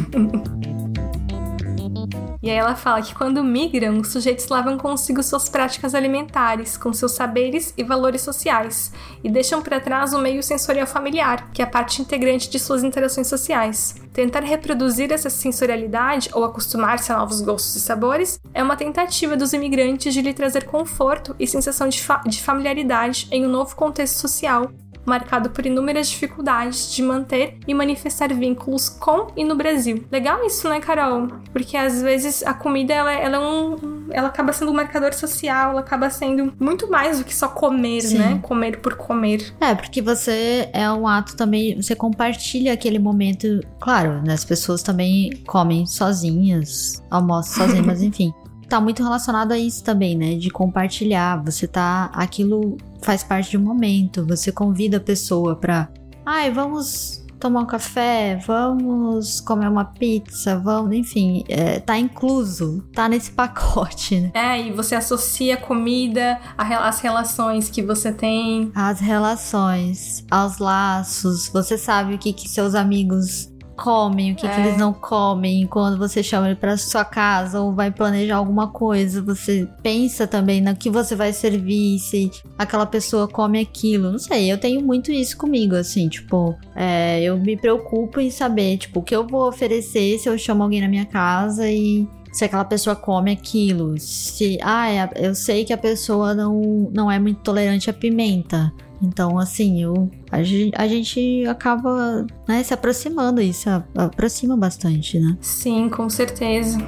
E aí ela fala que quando migram, os sujeitos levam consigo suas práticas alimentares, com seus saberes e valores sociais, e deixam para trás o meio sensorial familiar, que é a parte integrante de suas interações sociais. Tentar reproduzir essa sensorialidade ou acostumar-se a novos gostos e sabores é uma tentativa dos imigrantes de lhe trazer conforto e sensação de familiaridade em um novo contexto social, marcado por inúmeras dificuldades de manter e manifestar vínculos com e no Brasil. Legal isso, né, Carol? Porque às vezes a comida, ela acaba sendo um marcador social, ela acaba sendo muito mais do que só comer, Sim. né? Comer por comer. Porque você é um ato também, você compartilha aquele momento. Claro, né, as pessoas também comem sozinhas, almoçam sozinhas, mas enfim. Tá muito relacionado a isso também, né? De compartilhar. Aquilo faz parte de um momento. Você convida a pessoa pra... vamos tomar um café, vamos comer uma pizza, vamos... Enfim, tá incluso. Tá nesse pacote, né? E você associa a comida às relações que você tem. Às relações, aos laços. Você sabe o que seus amigos... comem, o que eles não comem. Quando você chama ele pra sua casa ou vai planejar alguma coisa, você pensa também no que você vai servir, se aquela pessoa come aquilo. Não sei, eu tenho muito isso comigo, assim, tipo, eu me preocupo em saber, tipo, o que eu vou oferecer se eu chamo alguém na minha casa e se aquela pessoa come aquilo. Se, eu sei que a pessoa não é muito tolerante à pimenta. Então, assim, a gente acaba, né, se aproximando, isso aproxima bastante, né? Sim, com certeza.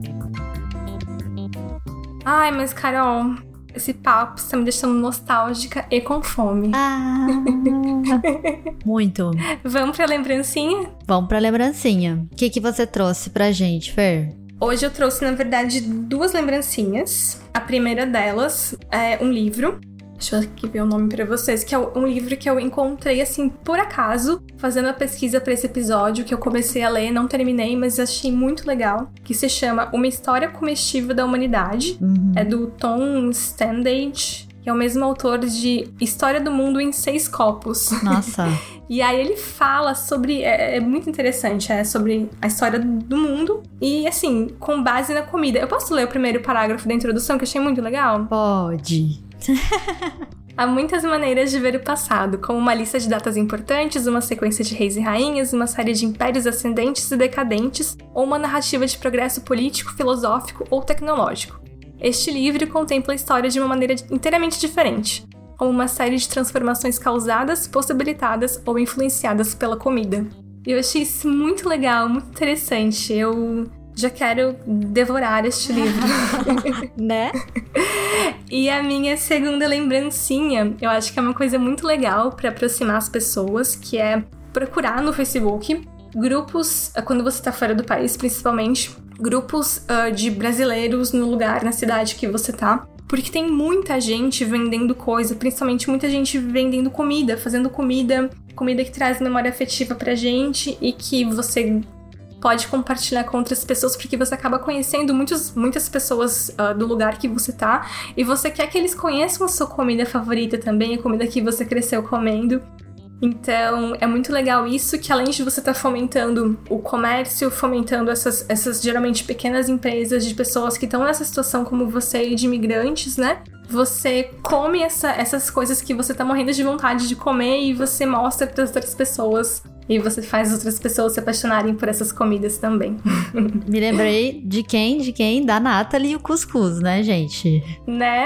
Mas Carol, esse papo está me deixando nostálgica e com fome. Muito. Vamos pra lembrancinha? Vamos pra lembrancinha. O que você trouxe pra gente, Fer? Hoje eu trouxe, na verdade, 2 lembrancinhas. A primeira delas é um livro. Deixa eu aqui ver o nome pra vocês, que é um livro que eu encontrei, assim, por acaso, fazendo a pesquisa pra esse episódio, que eu comecei a ler, não terminei, mas achei muito legal, que se chama Uma História Comestível da Humanidade. É do Tom Standage, que é o mesmo autor de História do Mundo em 6 Copos. Nossa! E aí ele fala sobre... É muito interessante, sobre a história do mundo e, assim, com base na comida. Eu posso ler o primeiro parágrafo da introdução, que eu achei muito legal? Pode! Há muitas maneiras de ver o passado, como uma lista de datas importantes, uma sequência de reis e rainhas, uma série de impérios ascendentes e decadentes, ou uma narrativa de progresso político, filosófico ou tecnológico. Este livro contempla a história de uma maneira inteiramente diferente, como uma série de transformações causadas, possibilitadas ou influenciadas pela comida. E eu achei isso muito legal, muito interessante. Eu já quero devorar este livro. Né? E a minha segunda lembrancinha, eu acho que é uma coisa muito legal para aproximar as pessoas, que é procurar no Facebook grupos, quando você tá fora do país, principalmente, grupos de brasileiros no lugar, na cidade que você tá. Porque tem muita gente vendendo coisa, principalmente muita gente vendendo comida, fazendo comida que traz memória afetiva pra gente e que você pode compartilhar com outras pessoas, porque você acaba conhecendo muitas pessoas do lugar que você tá, e você quer que eles conheçam a sua comida favorita também, a comida que você cresceu comendo. Então, é muito legal isso, que além de você estar fomentando o comércio, fomentando essas geralmente pequenas empresas de pessoas que estão nessa situação como você e de imigrantes, né? Você come essas coisas que você tá morrendo de vontade de comer e você mostra para outras pessoas. E você faz outras pessoas se apaixonarem por essas comidas também. Me lembrei de quem? Da Nathalie e o cuscuz, né, gente? Né?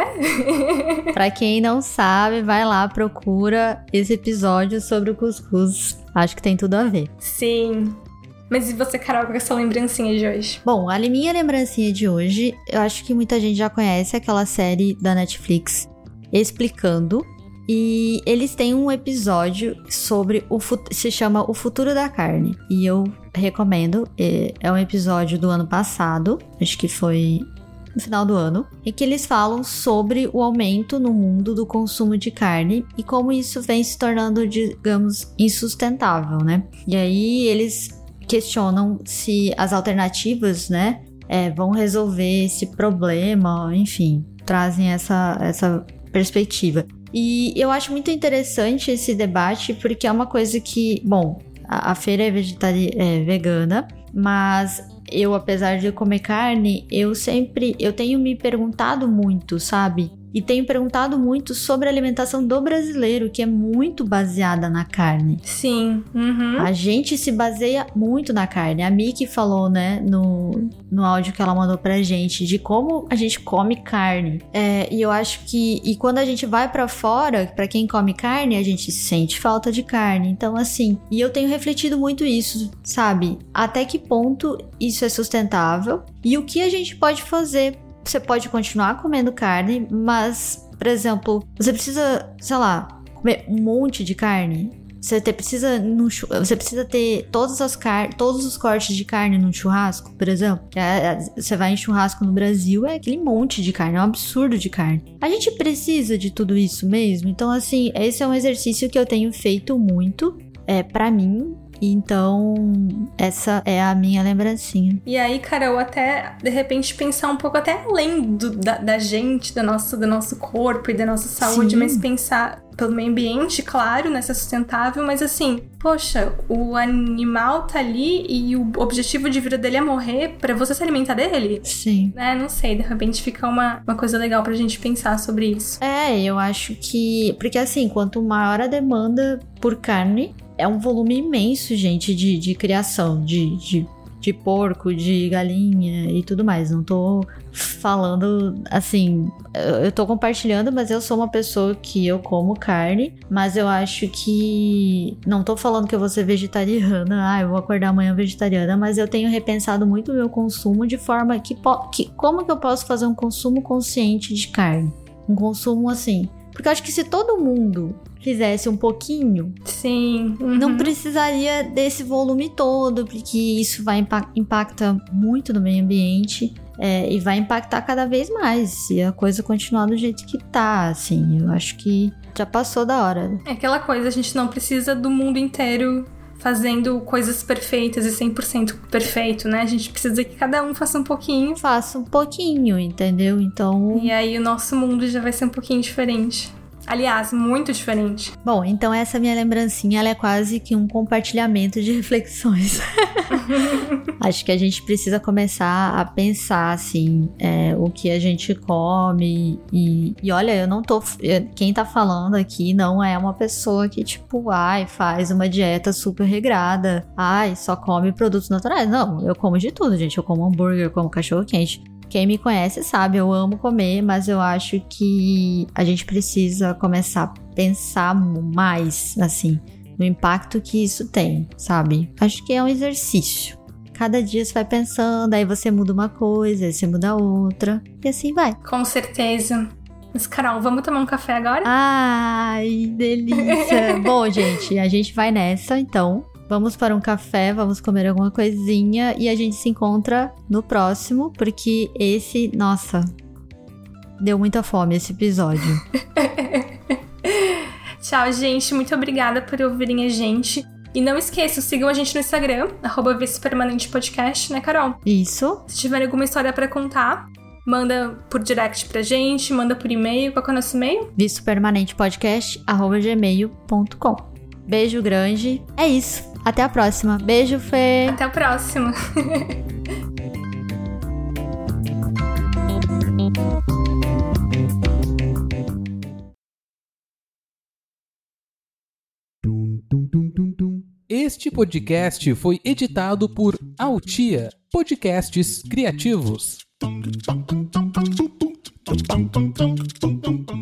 Pra quem não sabe, vai lá, procura esse episódio sobre o cuscuz. Acho que tem tudo a ver. Sim. Mas e você, Carol, qual é a sua lembrancinha de hoje? Bom, a minha lembrancinha de hoje, eu acho que muita gente já conhece aquela série da Netflix, Explicando. E eles têm um episódio sobre se chama O Futuro da Carne. E eu recomendo, é um episódio do ano passado, acho que foi no final do ano, em que eles falam sobre o aumento no mundo do consumo de carne e como isso vem se tornando, digamos, insustentável, né? E aí eles questionam se as alternativas, né, vão resolver esse problema, enfim, trazem essa perspectiva. E eu acho muito interessante esse debate, porque é uma coisa que, bom, a feira é vegana, mas eu, apesar de comer carne, eu tenho me perguntado muito, sabe? E tenho perguntado muito sobre a alimentação do brasileiro, que é muito baseada na carne. Sim. Uhum. A gente se baseia muito na carne. A Miki falou, né, no áudio que ela mandou pra gente, de como a gente come carne. E eu acho que... E quando a gente vai pra fora, pra quem come carne, a gente sente falta de carne. Então, assim... E eu tenho refletido muito isso, sabe? Até que ponto isso é sustentável? E o que a gente pode fazer? Você pode continuar comendo carne, mas, por exemplo, você precisa, sei lá, comer um monte de carne. Você precisa ter todos os cortes de carne num churrasco, por exemplo. Você vai em churrasco no Brasil, é aquele monte de carne, é um absurdo de carne. A gente precisa de tudo isso mesmo? Então, assim, esse é um exercício que eu tenho feito muito, pra mim. Então, essa é a minha lembrancinha. E aí, Carol, até, de repente, pensar um pouco até além da gente, do nosso corpo e da nossa saúde, Sim. Mas pensar pelo meio ambiente, claro, nessa sustentável, mas assim, poxa, o animal tá ali e o objetivo de vida dele é morrer pra você se alimentar dele? Sim. Não sei, de repente fica uma coisa legal pra gente pensar sobre isso. Eu acho que... Porque assim, quanto maior a demanda por carne... É um volume imenso, gente, de criação, de porco, de galinha e tudo mais. Não tô falando, assim... Eu tô compartilhando, mas eu sou uma pessoa que eu como carne. Mas eu acho que... Não tô falando que eu vou ser vegetariana. Eu vou acordar amanhã vegetariana. Mas eu tenho repensado muito o meu consumo de forma que... Como que eu posso fazer um consumo consciente de carne? Um consumo assim... Porque eu acho que se todo mundo fizesse um pouquinho, sim, não precisaria desse volume todo, porque isso vai impacta muito no meio ambiente e vai impactar cada vez mais se a coisa continuar do jeito que tá, assim. Eu acho que já passou da hora. É aquela coisa, a gente não precisa do mundo inteiro fazendo coisas perfeitas e 100% perfeito, né? A gente precisa que cada um faça um pouquinho. Faça um pouquinho, entendeu? Então... E aí o nosso mundo já vai ser um pouquinho diferente. Aliás, muito diferente. Bom, então essa minha lembrancinha, ela é quase que um compartilhamento de reflexões. Acho que a gente precisa começar a pensar, assim, o que a gente come. E olha, eu não tô... Quem tá falando aqui não é uma pessoa que, tipo, faz uma dieta super regrada. Só come produtos naturais. Não, eu como de tudo, gente. Eu como hambúrguer, eu como cachorro-quente. Quem me conhece sabe, eu amo comer, mas eu acho que a gente precisa começar a pensar mais, assim, no impacto que isso tem, sabe? Acho que é um exercício. Cada dia você vai pensando, aí você muda uma coisa, aí você muda outra, e assim vai. Com certeza. Mas, Carol, vamos tomar um café agora? Ai, delícia! Bom, gente, a gente vai nessa, então. Vamos para um café, vamos comer alguma coisinha e a gente se encontra no próximo, porque esse, nossa, deu muita fome esse episódio. Tchau, gente. Muito obrigada por ouvirem a gente. E não esqueçam, sigam a gente no Instagram, @vicepermanentepodcast, né, Carol? Isso. Se tiverem alguma história pra contar, manda por direct pra gente, manda por e-mail. Qual que é o nosso e-mail? vicepermanentepodcast@gmail.com. Beijo grande. É isso. Até a próxima. Beijo, Fê. Até a próxima. Este podcast foi editado por Altia Podcasts Criativos.